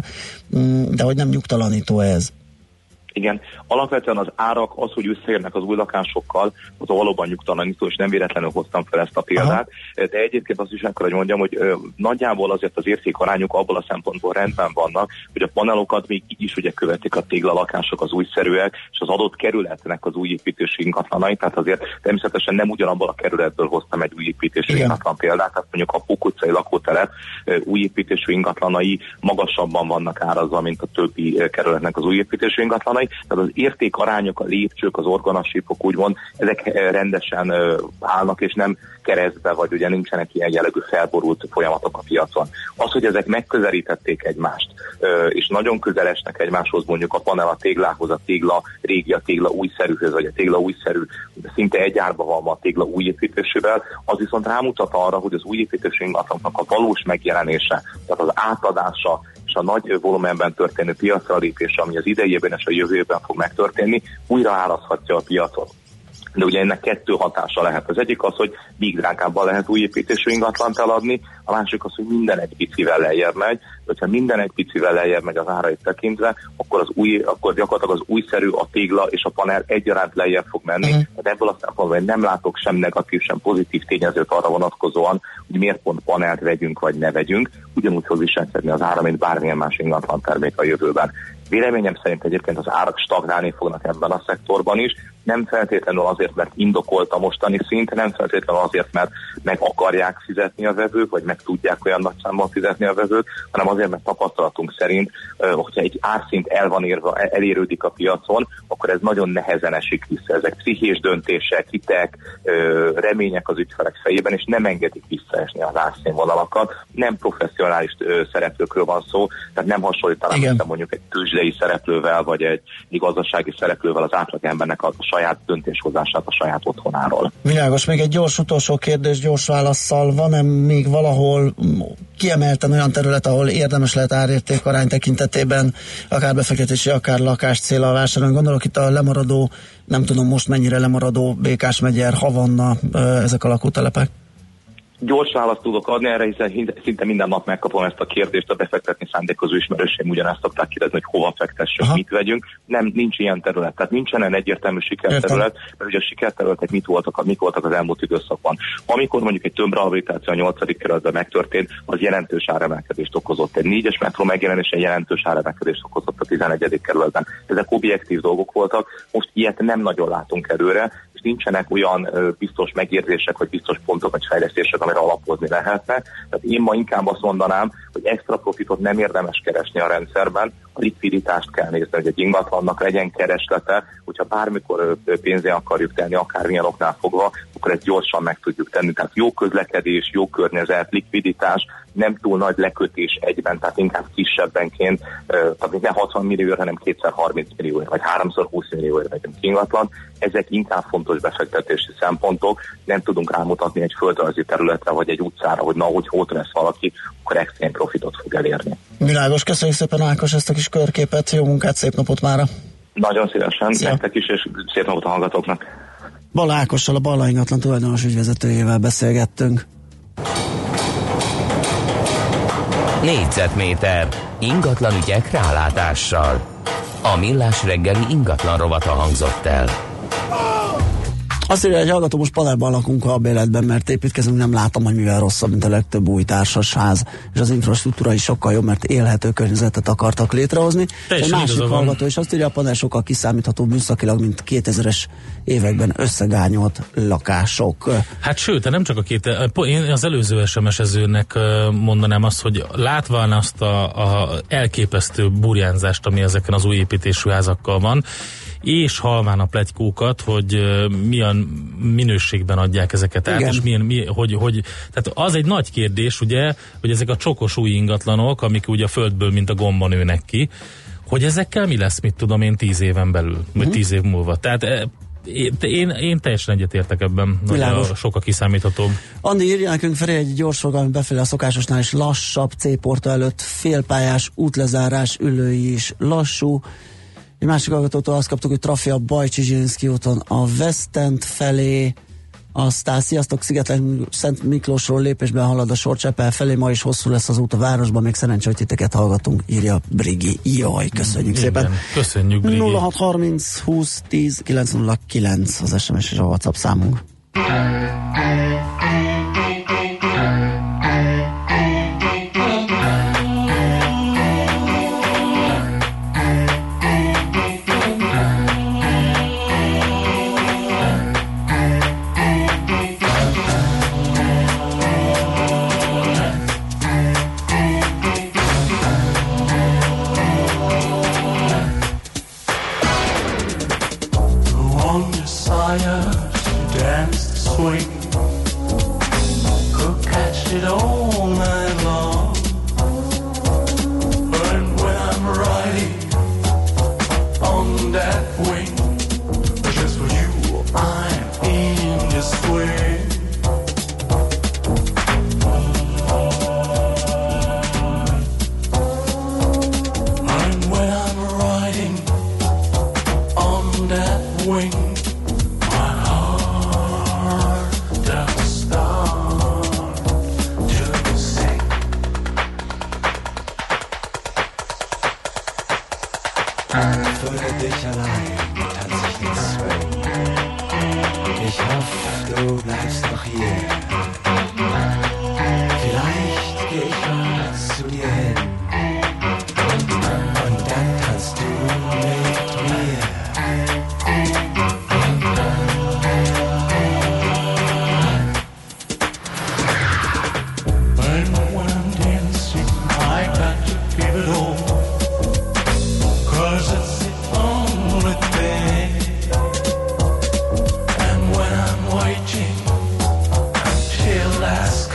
de hogy nem nyugtalanító ez? Igen, alapvetően az árak, az, hogy összeérnek az új lakásokkal, az valóban nyugtalanító, és nem véletlenül hoztam fel ezt a példát, de egyébként azt is meg kell, hogy mondjam, hogy nagyjából azért az értékarányok abból a szempontból rendben vannak, hogy a panelokat még így is ugye követik a téglalakások, az újszerűek, és az adott kerületnek az új építésű ingatlanai, tehát azért természetesen nem ugyanabból a kerületből hoztam egy új építésű ingatlan példát, tehát mondjuk a Pók utcai lakótelep új építésű ingatlanai magasabban vannak árazva, mint a többi kerületnek az új építésű ingatlanai. Tehát az értékarányok, a lépcsők, az orgonasípok úgymond, ezek rendesen állnak, és nem keresztbe, vagy ugye nincsenek ilyen jellegű felborult folyamatok a piacon. Az, hogy ezek megközelítették egymást, és nagyon közel esnek egymáshoz, mondjuk a panel a téglához, a tégla régi, a tégla újszerűhöz, vagy a tégla újszerű, de szinte egy árban van a tégla új építésűvel, az viszont rámutat arra, hogy az új építésű ingatlannak a valós megjelenése, tehát az átadása, és a nagy volumenben történő piacra lépése, ami az idejében és a jövőben fog megtörténni, újra árazhatja a piacot. De ugye ennek kettő hatása lehet. Az egyik az, hogy még drágábban lehet új építésű ingatlant eladni, a másik az, hogy minden egy picivel lejjebb megy, hogyha minden egy picivel lejjebb megy az árait tekintve, akkor gyakorlatilag az újszerű, a tégla és a panel egyaránt lejjebb fog menni. Tehát ebből a szempontból nem látok sem negatív, sem pozitív tényezőt arra vonatkozóan, hogy miért pont panelt vegyünk vagy ne vegyünk, ugyanúgy fog viselkedni az ára, mint bármilyen más ingatlan termék a jövőben. Véleményem szerint egyébként az árak stagnálni fognak ebben a szektorban is, nem feltétlenül azért, mert indokolt a mostani szint, nem feltétlenül azért, mert meg akarják fizetni a vevők, vagy meg tudják olyan nagy számban fizetni a vevők, hanem azért, mert tapasztalatunk szerint, hogyha egy árszint el van érve, elérődik a piacon, akkor ez nagyon nehezen esik vissza. Ezek pszichés döntések, hitek, remények az ügyfelek fejében, és nem engedik visszaesni az árszínvonalakat. Nem professzionális szereplőkről van szó, tehát nem hasonlítanám mondjuk egy tőzsdei szereplővel, vagy egy gazdasági szereplővel az átlagembernek a saját döntéshozását a saját otthonáról. Világos, még egy gyors utolsó kérdés, gyors válasszal. Van-e még valahol kiemelten olyan terület, ahol érdemes lehet árértékarány tekintetében akár befektetési, akár lakáscéllal vásárolni? Gondolok itt a lemaradó, nem tudom most mennyire lemaradó Békás-Megyer, Havanna, ezek a lakótelepek. Gyors választ tudok adni erre, hiszen szinte minden nap megkapom ezt a kérdést, a befektetni szándékozó ismerőseim ugyanezt szokták kérdezni, hogy hova fektessünk, mit vegyünk. Nincs ilyen terület, tehát nincsen egyértelmű sikerterület, mert ugye a sikerterületek mik voltak az elmúlt időszakban. Amikor mondjuk egy tömbrehabilitáció a 8. kerületben megtörtént, az jelentős áremelkedést okozott. Egy 4-es metró megjelenése jelentős áremelkedést okozott a 11. kerületben. Ezek objektív dolgok voltak, most ilyet nem nagyon látunk előre, és nincsenek olyan biztos megérzések, vagy biztos pontok, vagy fejlesztések, amire alapozni lehetne. Tehát én ma inkább azt mondanám, hogy extra profitot nem érdemes keresni a rendszerben, a likviditást kell nézni, hogy egy ingatlannak legyen kereslete, hogyha bármikor pénzé akarjuk tenni, akármilyen oknál fogva, akkor ezt gyorsan meg tudjuk tenni. Tehát jó közlekedés, jó környezet, likviditás, nem túl nagy lekötés egyben, tehát inkább kisebbenként, tehát nem 60 millióért, hanem 2x30 millióért, vagy 3x20 millióért vegyünk ingatlan. Ezek inkább fontos befektetési szempontok, nem tudunk rámutatni egy földrajzi területre, vagy egy utcára, hogy na, hogy ott lesz valaki, akkor extrém profitot fog elérni. Világos, köszönjük szépen Ákos ezt a kis körképet, jó munkát, szép napot mára! Nagyon szívesen, nektek is, és szép napot a hallgatóknak! Balla Ákossal, a Balla ingatlan tulajdonos ügyvezetőjével beszélgettünk. Négyzetméter ingatlan ügyek rálátással. A Millás reggeli ingatlan rovata hangzott el. Azt írja, hogy hallgató, most panelban lakunk a béletben, mert építkezünk, nem látom, hogy mivel rosszabb, mint a legtöbb új társasház, és az infrastruktúra is sokkal jobb, mert élhető környezetet akartak létrehozni. Egy másik hallgató, és azt írja, a panel sokkal kiszámíthatóbb műszakilag, mint 2000-es években összegányolt lakások. Hát sőt, nem csak én az előző SMS-ezőnek mondanám azt, hogy látván azt a elképesztő burjánzást, ami ezeken az új építésű házakkal van, és halván a pletykókat, hogy milyen minőségben adják ezeket át, és tehát az egy nagy kérdés, ugye, hogy ezek a csokos új ingatlanok, amik ugye a földből, mint a gomba nőnek ki, hogy ezekkel mi lesz, mit tudom én 10 éven belül, vagy 10 év múlva. Tehát én teljesen egyetértek ebben, hogy sokkal kiszámíthatóbb. Andi írja nekünk felé egy gyors forgalmi befelé a szokásosnál is lassabb, C-porta előtt félpályás útlezárás, ülői is lassú. Egy másik hallgatótól azt kaptuk, hogy trafi a Bajcsi-Zsilinszky úton a West End felé, aztán sziasztok, Szigetlen Szent Miklósról lépésben halad a Sorcsepel felé, ma is hosszú lesz az út a városban, még szerencsé, hogy titeket hallgatunk, írja Brigi. Jaj, köszönjük szépen. Köszönjük, Brigi. 0630 20 10 909 az SMS és a WhatsApp számunk. Last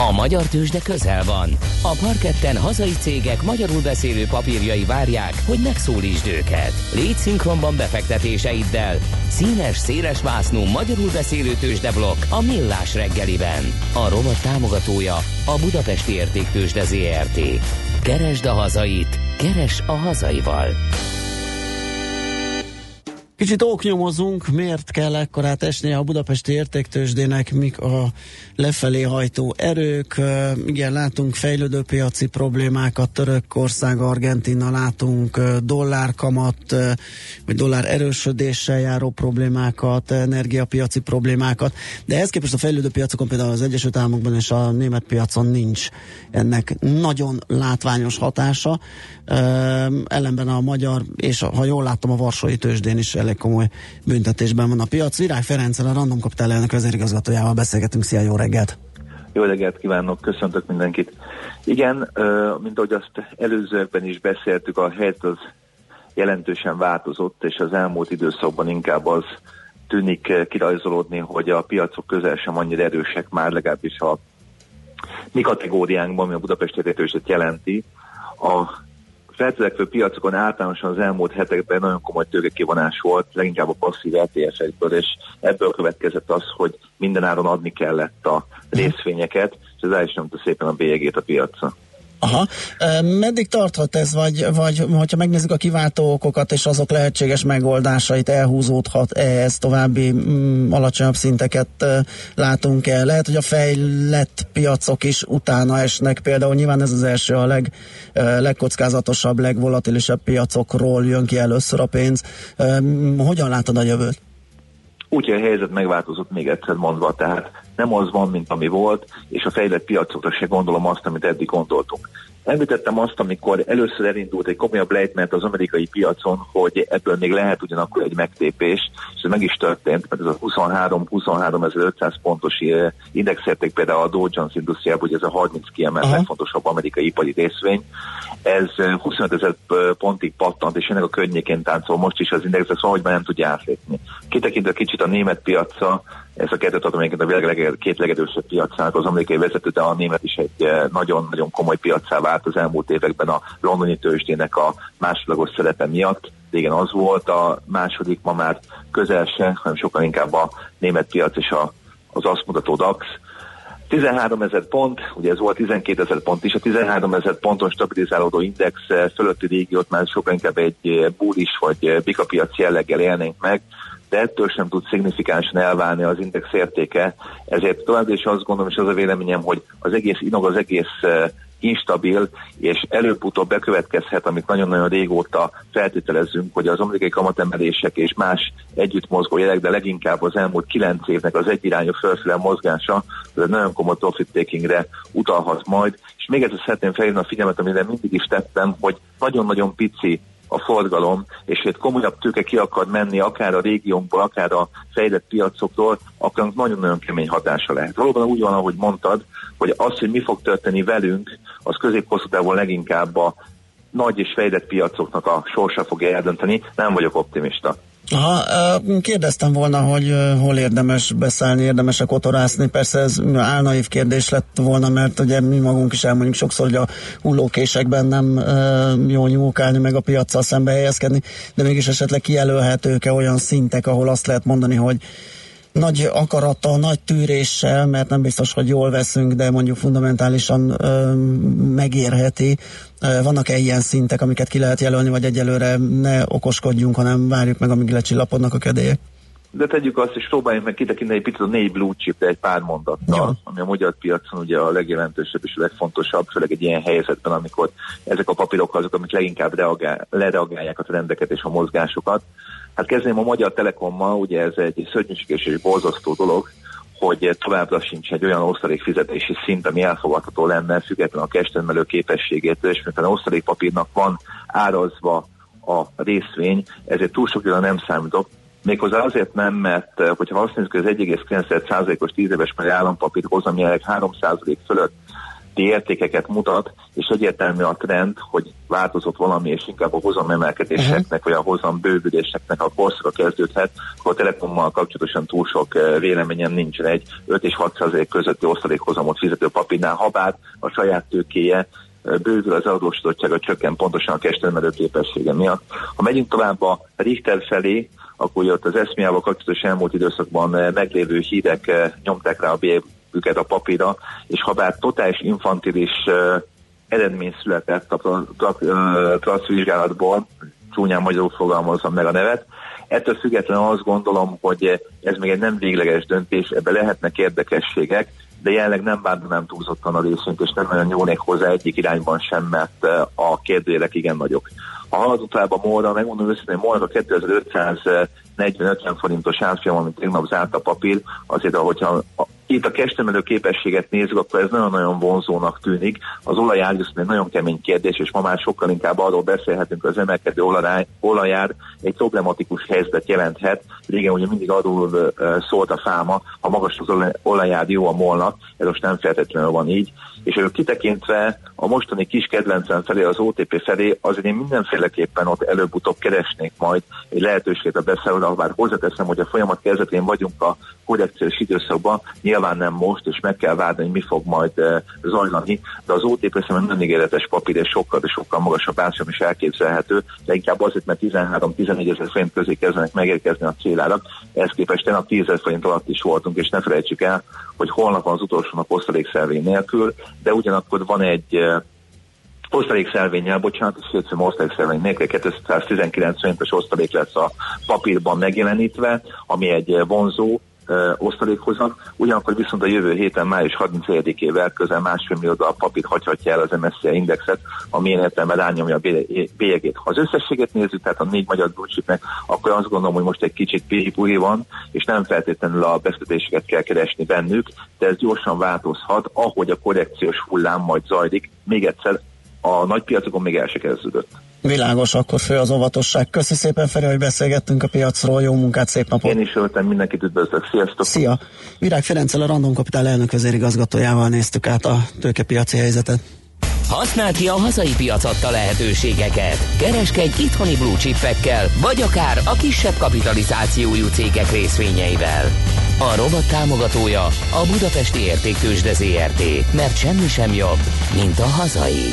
A magyar tőzsde közel van. A parketten hazai cégek magyarul beszélő papírjai várják, hogy megszólítsd őket. Légy szinkronban befektetéseiddel. Színes, széles vásznú magyarul beszélő tőzsdeblokk a Millás reggeliben. A rovat támogatója a Budapesti Értéktőzsde ZRT. Keresd a hazait, keresd a hazaival. Kicsit oknyomozunk, miért kell ekkorát esnie a Budapesti Értéktőzsdének, mik a lefelé hajtó erők. Igen, látunk fejlődő piaci problémákat, Törökország, Argentína, látunk dollárkamat, vagy dollár erősödéssel járó problémákat, energiapiaci problémákat, de ehhez képest a fejlődő piacokon, például az Egyesült Államokban és a német piacon nincs ennek nagyon látványos hatása. Ellenben a magyar, és ha jól láttam, a varsói tőzsdén is elég komoly büntetésben van a piac. Virág Ferenccel, a Random Capital elnök vezérigazgatójával beszélgetünk. Szia, jó reggelt! Jó reggelt kívánok, köszöntök mindenkit! Igen, mint ahogy azt előzőkben is beszéltük, a helyzet az jelentősen változott, és az elmúlt időszakban inkább az tűnik kirajzolódni, hogy a piacok közel sem annyira erősek már, legalábbis a mi kategóriánkban, ami a Budapesti Értéktőzsdét jelenti. A feltörekvő piacokon általánosan az elmúlt hetekben nagyon komoly tőkekivonás volt, leginkább a passzív ETF-ekből, és ebből következett az, hogy mindenáron adni kellett a részvényeket, és ez el is nyomta szépen a bélyegét a piacra. Aha. Meddig tarthat ez, vagy hogyha megnézzük a kiváltó okokat és azok lehetséges megoldásait, elhúzódhat ez, további alacsonyabb szinteket látunk-e? Lehet, hogy a fejlett piacok is utána esnek, például nyilván ez az első, a legkockázatosabb, legvolatilisebb piacokról jön ki először a pénz. Hogyan látod a jövőt? Úgyhogy a helyzet megváltozott, még egyszer mondva, tehát nem az van, mint ami volt, és a fejlett piacokra se gondolom azt, amit eddig gondoltunk. Említettem azt, amikor először elindult egy komolyabb lejtmenet az amerikai piacon, hogy ebből még lehet ugyanakkor egy megtépés, és ez meg is történt, mert ez a 23.500 pontos indexérték például a Dow Jones Industriában, hogy ez a 30 kiemelt legfontosabb amerikai ipari részvény, ez 25.000 pontig pattant, és ennek a környékén táncol most is az index, de szóval, hogy már nem tudja átlépni. Kitekintve kicsit a német piacra, ez a kettőt adom egyébként a világ két legerősebb piacának az amerikai vezető, de a német is egy nagyon-nagyon komoly piacá vált az elmúlt években a londoni tőzsdének a másodlagos szerepe miatt. Régen az volt a második, ma már közel se, hanem sokkal inkább a német piac és az azt mutató DAX. 13.000 pont, ugye ez volt 12.000 pont is, a 13.000 ponton stabilizálódó index fölötti régiót már sokkal inkább egy bullish vagy bikapiac jelleggel élnénk meg, de ettől sem tud szignifikánsan elválni az index értéke, ezért továbbra is azt gondolom, és az a véleményem, hogy az egész inog, az egész instabil, és előbb-utóbb bekövetkezhet, amit nagyon-nagyon régóta feltételezünk, hogy az amerikai kamatemelések és más együttmozgó jelek, de leginkább az elmúlt 9 évnek az egyirányú fölfele mozgása, ez nagyon komoly profit-takingre utalhat majd, és még egyszer szeretném felhívni a figyelmet, amire mindig is tettem, hogy nagyon-nagyon pici a forgalom, és hogy komolyabb tőke ki akar menni akár a régiónkból, akár a fejlett piacokról, akkor nagyon-nagyon kemény hatása lehet. Valóban úgy van, ahogy mondtad, hogy az, hogy mi fog történni velünk, az közép-hosszú távon leginkább a nagy és fejlett piacoknak a sorsa fogja eldönteni. Nem vagyok optimista. Kérdeztem volna, hogy hol érdemes beszállni, érdemes-e kotorászni, persze ez álnaív kérdés lett volna, mert ugye mi magunk is elmondjuk sokszor, hogy a hullókésekben nem jó nyúlkálni, meg a piaccal szembe helyezkedni, de mégis esetleg kijelölhetők-e olyan szintek, ahol azt lehet mondani, hogy nagy akarattal, nagy tűréssel, mert nem biztos, hogy jól veszünk, de mondjuk fundamentálisan megérheti. Vannak-e ilyen szintek, amiket ki lehet jelölni, vagy egyelőre ne okoskodjunk, hanem várjuk meg, amíg lecsillapodnak a kedélyek? De tegyük azt, és próbáljunk meg kitekinteni egy picit a 4 blue chip, de egy pár mondattal, ami a magyar piacon ugye a legjelentősebb és a legfontosabb, főleg egy ilyen helyzetben, amikor ezek a papírok azok, amik leginkább lereagálják a trendeket és a mozgásokat. Hát kezdeném a Magyar Telekommal, ugye ez egy szörnyűséges és borzasztó dolog, hogy továbbra sincs egy olyan osztalékfizetési szint, ami elfogadható lenne, függetlenül a cash-termelő képességétől, és miután osztalékpapírnak van árazva a részvény, ezért túl sok nem számítok. Méghozzá azért nem, mert hogyha azt nézzük, hogy az 1,9%-os 10 éves állampapír hoz, ami 3% fölött értékeket mutat, és egyértelmű a trend, hogy változott valami, és inkább a hozamemelkedéseknek, vagy a hozam bővüléseknek a korszaka kezdődhet, akkor a Telekommal kapcsolatosan túl sok véleményem nincsen, egy 5 és 6% közötti osztalékhozamot fizető papírnál, habár a saját tőkéje bővül, az adósítottsága csökken pontosan a cash-termelő képessége miatt. Ha megyünk tovább a Richter felé, akkor ott az eszmiával kapcsolatos elmúlt időszakban meglévő hírek nyomták rá a bélyegüket a papírra, és habár totális infantilis eredmény született a TRASZ vizsgálatból, csúnyán magyarul fogalmazom meg a nevet, ettől függetlenül azt gondolom, hogy ez még egy nem végleges döntés, ebben lehetnek érdekességek, de jelenleg nem bántanám túlzottan a részünk, és nem nagyon nyúlnék hozzá egyik irányban sem, mert a kérdőjelek igen nagyok. Ha haladunk tovább a MOL-ra, megmondom őszintén, hogy MOL-ra 2540-50 forintos árfolyam, amit tegnap zárt a papír, azért, hogyha itt a cash-termelő képességet nézzük, akkor ez nagyon-nagyon vonzónak tűnik. Az olajár viszont egy nagyon kemény kérdés, és ma már sokkal inkább arról beszélhetünk, hogy az emelkedő olajár egy problematikus helyzetet jelenthet. Régen ugye mindig arról szólt a fáma, ha magas az olajár, jó a MOL-nak, ez most nem feltétlenül van így. És kitekintve a mostani kis kedvencem felé, az OTP felé, azért én mindenféleképpen ott előbb-utóbb keresnék majd egy lehetőséget a beszállóra, bár hozzáteszem, hogy a folyamat kezdetén vagyunk a korrekciós időszakban, nyilván nem most, és meg kell várni, hogy mi fog majd zajlani, de az OTP szerintem nem ígéretes papír, és sokkal magasabb árfolyam is elképzelhető, de inkább azért, mert 13-14 ezer forint közé kezdenek megérkezni a célárak, ehhez képest tegnap 10 ezer forint alatt is voltunk, és ne felejtsük el, hogy holnap van az utolsó nap osztalékszelvény nélkül, de ugyanakkor van egy osztalékszelvénnyel, osztalékszelvény nélkül 219 forintos osztalék lesz a papírban megjelenítve, ami egy vonzó osztalékhozam, ugyanakkor viszont a jövő héten május 31-ével közel 1,5 millió darab papír hagyhatja el az MSCI indexet, ami ilyen értelemben rányomja a bélyegét. Ha az összességet nézzük, tehát a 4 magyar blue chipnek, akkor azt gondolom, hogy most egy kicsit pihi-puhi van, és nem feltétlenül a beszéléseket kell keresni bennük, de ez gyorsan változhat, ahogy a korrekciós hullám majd zajlik. Még egyszer, a nagy piacokon még el se kezdődött. Világos, akkor fő az óvatosság. Köszi szépen, Feri, hogy beszélgettünk a piacról. Jó munkát, szép napot! Én is örültem, mindenkit üdvözlök. Sziasztok! Szia! Virág Ferenccel, a Random Capital elnök vezérigazgatójával néztük át a tőkepiaci helyzetet. Használd ki a hazai piac adta lehetőségeket. Kereskedj itthoni blue chipekkel, vagy akár a kisebb kapitalizációjú cégek részvényeivel. A rovat támogatója a Budapesti Értéktőzsde ZRT, mert semmi sem jobb, mint a hazai.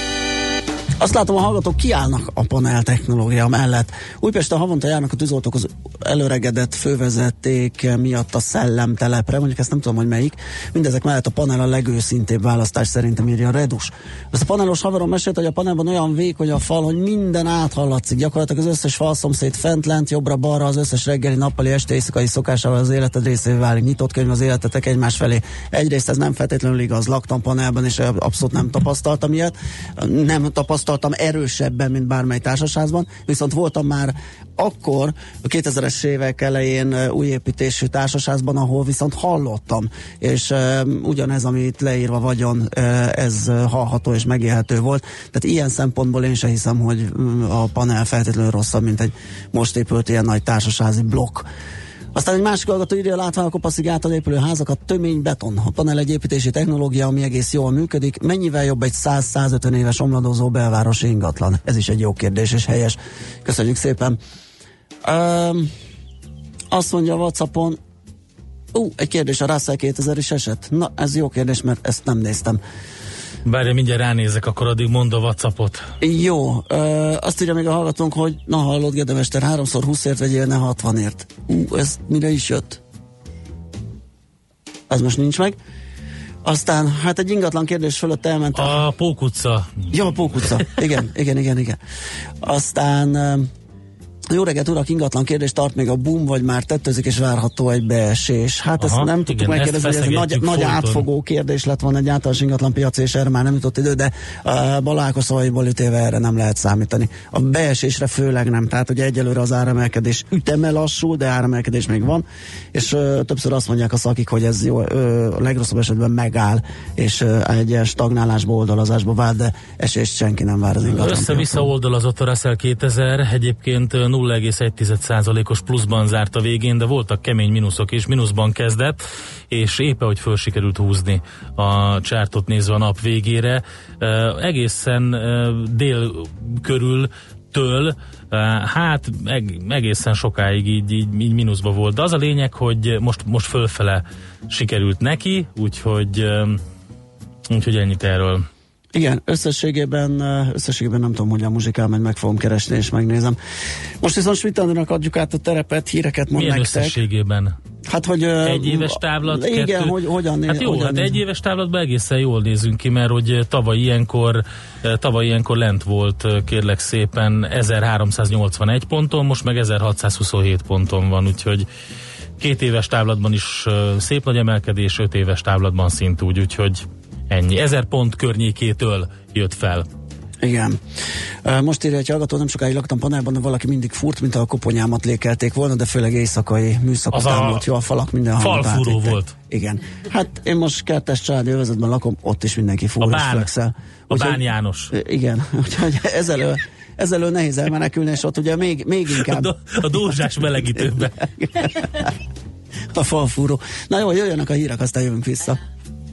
Azt látom, a hallgatók kiállnak a panel technológia mellett. Újpesten havonta járnak a tűzoltók az előregedett fővezeték miatt a Szellemtelepre, mondjuk ezt nem tudom, hogy melyik. Mindezek mellett a panel a legőszintébb választás szerintem, írja a Redus. Ezt a panelos haverom mesélt, hogy a panelban olyan vékony a fal, hogy minden áthallatszik. Gyakorlatilag az összes falszomszéd fent, lent, jobbra-balra, az összes reggeli, nappali, este, éjszakai szokásával az életed részévé válik. Nyitott könyv az életetek egymás felé. Egyrészt ez nem feltétlenül igaz. Laktam panelben, és abszolút nem tapasztaltam ilyet. Nem tapasztaltam erősebben, mint bármely társasházban, viszont voltam már akkor, a 2000-es évek elején újépítésű társasházban, ahol viszont hallottam, és ugyanez, amit leírva vagyon, ez hallható és megélhető volt. Tehát ilyen szempontból én sem hiszem, hogy a panel feltétlenül rosszabb, mint egy most épült ilyen nagy társasházi blokk. Aztán egy másik hallgató írja, látván a kopaszig által épülő házakat, tömény beton. A panel egy építési technológia, ami egész jól működik. Mennyivel jobb egy 100-150 éves omladozó belvárosi ingatlan? Ez is egy jó kérdés és helyes. Köszönjük szépen. Azt mondja a WhatsAppon, egy kérdés, a Russell 2000 is esett? Na, ez jó kérdés, mert ezt nem néztem. Bárja, mindjárt ránézek, akkor addig mondd a WhatsAppot. Jó, azt írja még a hallgatónk, hogy na hallod, Gedemester, 3x20-ért vegyél, ne 60-ért. Ez mire is jött? Ez most nincs meg. Aztán, hát egy ingatlan kérdés fölött elment a Pók utca. Ja, a Pók utca. Igen. Aztán jó reggelt, urak, ingatlan kérdés, tart még a boom, vagy már tettőzik és várható egy beesés? Hát ezt nem tudtuk megkérdezni, hogy ez egy nagy átfogó kérdés lett volna egy általános ingatlan piac, és erre már nem jutott idő, de Balázs szavaiból ütéve erre nem lehet számítani. A beesésre főleg nem, tehát ugye egyelőre az áremelkedés üteme lassú, de áremelkedés még van, és többször azt mondják a szakik, hogy ez jó, a legrosszabb esetben megáll, és egy stagnálásba, oldalazásba vált, de esést senki nem vár az ingatlan. Össze-vissza oldalazott a Russell 2000, egyébként 0,1%-os pluszban zárt a végén, de voltak kemény mínuszok is, mínuszban kezdett, és éppen, hogy föl sikerült húzni a csártot nézve a nap végére. Egészen dél körül hát egészen sokáig így mínuszba volt. De az a lényeg, hogy most fölfele sikerült neki, úgyhogy ennyit erről. Igen, összességében nem tudom, hogy a muzsikál, majd meg fogom keresni és megnézem. Most viszont Schmidt Andrának adjuk át a terepet, híreket mond nektek. Milyen összességében? Hát, hogy... Egy éves távlat? Igen, hogyan... Hát jó, hát egy éves távlatban egészen jól nézünk ki, mert hogy tavaly ilyenkor lent volt, kérlek szépen, 1381 ponton, most meg 1627 ponton van, úgyhogy 2 éves távlatban is szép nagy emelkedés, 5 éves távlatban szintúgy, úgyhogy ennyi. 1000 pont környékétől jött fel. Igen. Most írja egy hallgató, nem sokáig laktam panelban, de valaki mindig furt, mint a koponyámat lékelték volna, de főleg éjszakai műszak után volt jó, a falak minden hangot falfúró volt. Igen. Hát én most kertes családi övezetben lakom, ott is mindenki fúr és flexel. A Bán János. Igen, úgyhogy ezelől nehéz elmenekülni, és ott ugye még inkább... A dózsás melegítőben. A falfúró. Na jó, jöjjenek a hírek, aztán jövünk vissza.